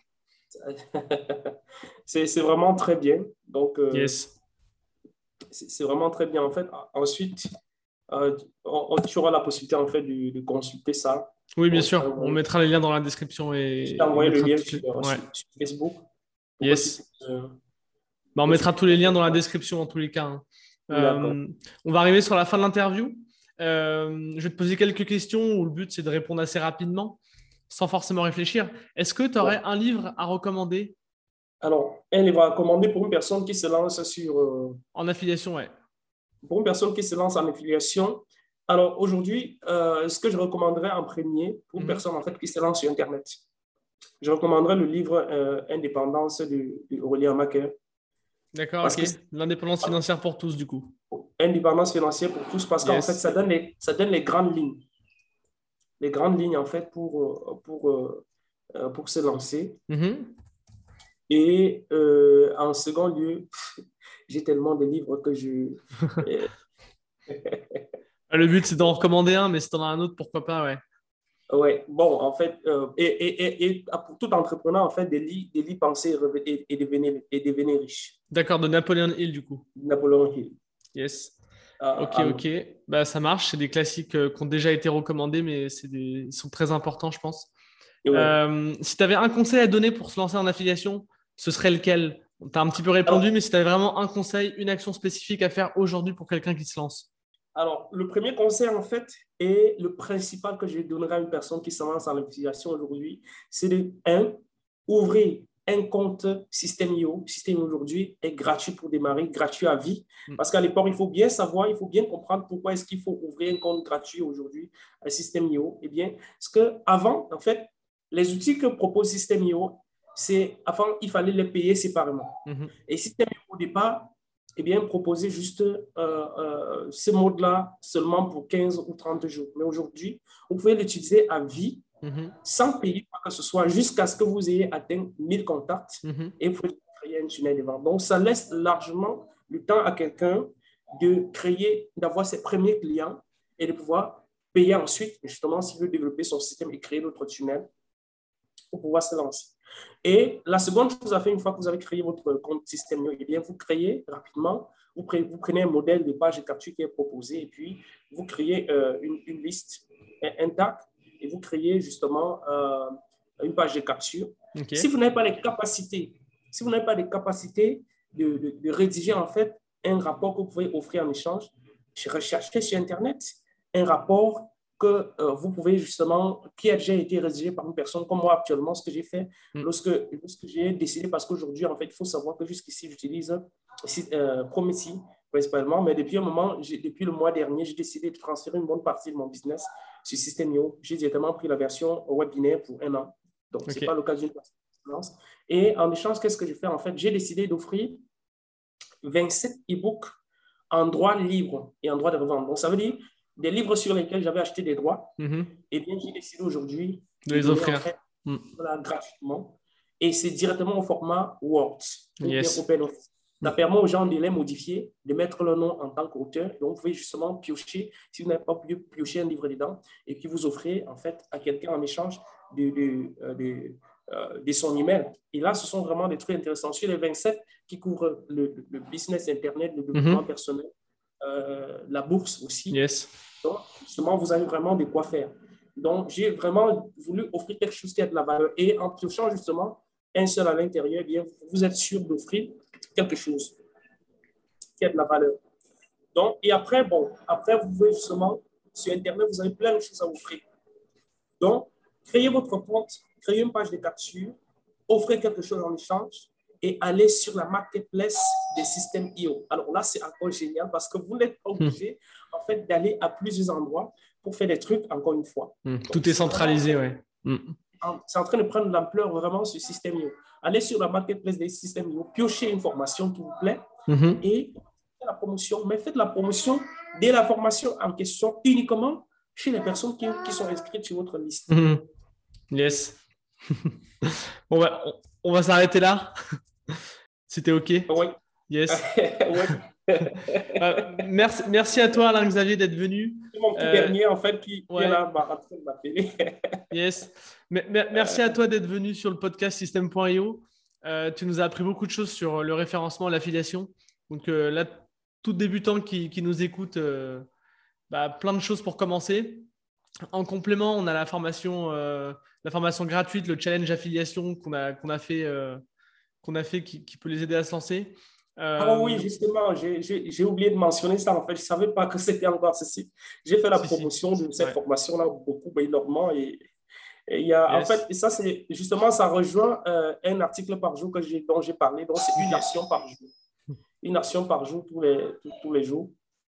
c'est c'est vraiment très bien. Donc, euh, Yes. c'est c'est vraiment très bien. En fait, ensuite, euh, on, on, tu auras la possibilité, en fait, de, de consulter ça. Oui, bien Bon, je t'ai sûr. On envoyé, mettra les liens dans la description je t'ai et on envoyé le mettra lien toutes les... sur, Ouais. sur, sur Facebook pour que tu Yes. puisses, euh, Bah, on pour que tu mettra puisses tous les liens dans la voir. description en tous les cas, hein. D'accord. Euh, on va arriver sur la fin de l'interview. Euh, je vais te poser quelques questions où le but c'est de répondre assez rapidement, sans forcément réfléchir. Est-ce que tu aurais Bon. un livre à recommander Alors, elle va recommander pour une personne qui se lance sur, euh, en affiliation? Ouais. pour une personne qui se lance en affiliation. Alors, aujourd'hui, euh, ce que je recommanderais en premier pour une Mhm. personne en fait, qui se lance sur Internet, je recommanderais le livre euh, Indépendance de, de Aurélien Macaire. D'accord, Parce ok. que L'indépendance financière pour tous, du coup. indépendance financière pour tous, parce qu'en fait, Yes. ça donne les, ça donne les grandes lignes. Les grandes lignes, en fait, pour, euh, pour, euh, euh, pour se lancer. Mhm. Et euh, en second lieu, j'ai tellement de livres que je... euh, Le but c'est d'en recommander un, mais si t'en as un autre, pourquoi pas, ouais. Ouais, bon, en fait, euh, et, et, et, et pour tout entrepreneur, en fait, des lits, des lits penser et, reve- et, et devenir, et devenir riche. D'accord, de Napoleon Hill, du coup. Napoléon Hill. Yes. Ah, Ok, ah, ok. Bah, ça marche. C'est des classiques euh, qui ont déjà été recommandés, mais c'est des... ils sont très importants, je pense. ouais. Euh, si tu avais un conseil à donner pour se lancer en affiliation, ce serait lequel? Tu as un petit peu répondu, Alors, mais si tu avais vraiment un conseil, une action spécifique à faire aujourd'hui pour quelqu'un qui se lance. alors, le premier conseil, en fait, et le principal que je donnerai à une personne qui se lance en affiliation aujourd'hui, c'est de, un, ouvrir un compte Système.io. Système aujourd'hui est gratuit pour démarrer, gratuit à vie. Mm. Parce qu'à l'époque, il faut bien savoir, il faut bien comprendre pourquoi est-ce qu'il faut ouvrir un compte gratuit aujourd'hui à Système.io. Eh bien, parce qu'avant, en fait, les outils que propose Système.io, c'est avant, il fallait les payer séparément. Mhm. Et Système.io, au départ, eh bien, proposer juste euh, euh, ce mode-là seulement pour quinze ou trente jours. Mais aujourd'hui, vous pouvez l'utiliser à vie Mhm. sans payer quoi que ce soit jusqu'à ce que vous ayez atteint mille contacts Mhm. et vous pouvez créer un tunnel de vente. Donc, ça laisse largement le temps à quelqu'un de créer, d'avoir ses premiers clients et de pouvoir payer ensuite, justement, s'il veut développer son système et créer d'autres tunnels pour pouvoir se lancer. Et la seconde chose à faire, une fois que vous avez créé votre compte système, eh bien, vous créez rapidement, vous prenez, vous prenez un modèle de page de capture qui est proposé et puis vous créez euh, une, une liste, un, un tag, et vous créez justement euh, une page de capture. Ok. Si vous n'avez pas les capacités, si vous n'avez pas les capacités de, de, de rédiger en fait un rapport que vous pouvez offrir en échange, recherchez sur Internet un rapport que euh, vous pouvez justement, qui a déjà été rédigé par une personne comme moi actuellement, ce que j'ai fait Mm. lorsque, lorsque j'ai décidé, parce qu'aujourd'hui, en fait, il faut savoir que jusqu'ici, j'utilise euh, Prometheus principalement, mais depuis un moment, depuis le mois dernier, j'ai décidé de transférer une bonne partie de mon business sur Système.io. J'ai directement pris la version webinaire pour un an. Donc, ce n'est Ok. pas l'occasion de passer. Et en échange, qu'est-ce que je fais? En fait, j'ai décidé d'offrir vingt-sept e-books en droit libre et en droit de revente. Donc, ça veut dire des livres sur lesquels j'avais acheté des droits, Mhm. eh bien, j'ai décidé aujourd'hui De de les donner en offrir. fait Mm. voilà, gratuitement. Et c'est directement au format Word ou bien Yes. OpenOffice. Ça Mm. permet aux gens de les modifier, de mettre leur nom en tant qu'auteur. Donc, vous pouvez justement piocher, si vous n'avez pas pu piocher un livre dedans, et puis vous offrez en fait à quelqu'un en échange de, de, de, euh, de son email. Et là, ce sont vraiment des trucs intéressants. Sur les vingt-sept qui couvrent le, le business Internet, le développement Mhm. personnel, euh, la bourse aussi. Yes. Donc, justement, vous avez vraiment de quoi faire. Donc, j'ai vraiment voulu offrir quelque chose qui a de la valeur. Et en piochant justement un seul à l'intérieur, eh bien, vous êtes sûr d'offrir quelque chose qui a de la valeur. Donc, et après, bon, après, vous pouvez justement, sur Internet, vous avez plein de choses à offrir. Donc, créez votre compte, créez une page de capture, offrez quelque chose en échange, et aller sur la marketplace des systèmes I O. Alors là, c'est encore génial parce que vous n'êtes pas obligé mmh. en fait, d'aller à plusieurs endroits pour faire des trucs, encore une fois. Mmh. Donc, tout est centralisé, oui. Mmh. C'est en train de prendre l'ampleur vraiment ce système I O. Allez sur la marketplace des systèmes I O, piochez une formation qui vous plaît mmh. et faites la promotion, mais faites la promotion de la formation en question uniquement chez les personnes qui, qui sont inscrites sur votre liste. Mmh. Yes. Bon, bah, on, on va s'arrêter là. C'était OK? Oui. Yes. Oui. euh, merci, merci à toi, Alain Xavier, d'être venu. C'est mon petit euh, dernier, en fait, qui, ouais. qui est là, en train de m'appeler. Yes. Mais, mais, merci à toi d'être venu sur le podcast System point I O. Euh, tu nous as appris beaucoup de choses sur le référencement, l'affiliation. Donc euh, là, tout débutant qui, qui nous écoute, euh, bah, plein de choses pour commencer. En complément, on a la formation, euh, la formation gratuite, le challenge affiliation qu'on a, qu'on a fait, euh, qu'on a fait qui, qui peut les aider à se lancer. Euh... Ah oui, justement, j'ai oublié de mentionner ça. En fait, je ne savais pas que c'était encore ceci. J'ai fait la si, promotion si. de cette ouais. formation-là beaucoup, énormément. Et, et il y a, yes. En fait, et ça, c'est justement, ça rejoint euh, un article par jour que dont j'ai parlé. Donc, c'est une action par jour. Une action par jour tous les, tous, tous les jours.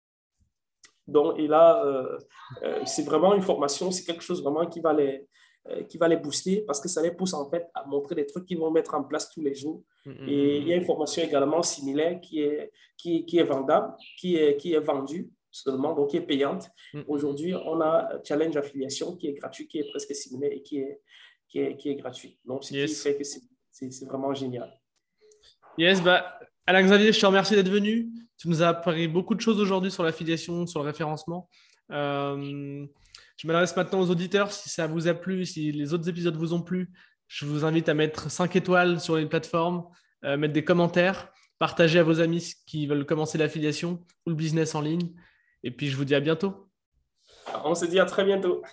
Donc, et là, euh, euh, c'est vraiment une formation, c'est quelque chose vraiment qui va, les, euh, qui va les booster parce que ça les pousse en fait à montrer des trucs qu'ils vont mettre en place tous les jours. Mm-hmm. Et il y a une formation également similaire qui est, qui, qui est vendable, qui est, qui est vendue seulement, donc qui est payante. Mm-hmm. Aujourd'hui, on a Challenge Affiliation qui est gratuit, qui est presque similaire et qui est, qui est, qui est gratuit. Donc, ce yes. qui fait que c'est vraiment génial. Yes, bah, Alain Xavier, je te remercie d'être venu. Tu nous as appris beaucoup de choses aujourd'hui sur l'affiliation, sur le référencement. Euh, je m'adresse maintenant aux auditeurs. Si ça vous a plu, si les autres épisodes vous ont plu, je vous invite à mettre cinq étoiles sur les plateformes, euh, mettre des commentaires, partager à vos amis qui veulent commencer l'affiliation ou le business en ligne. Et puis, je vous dis à bientôt. On se dit à très bientôt.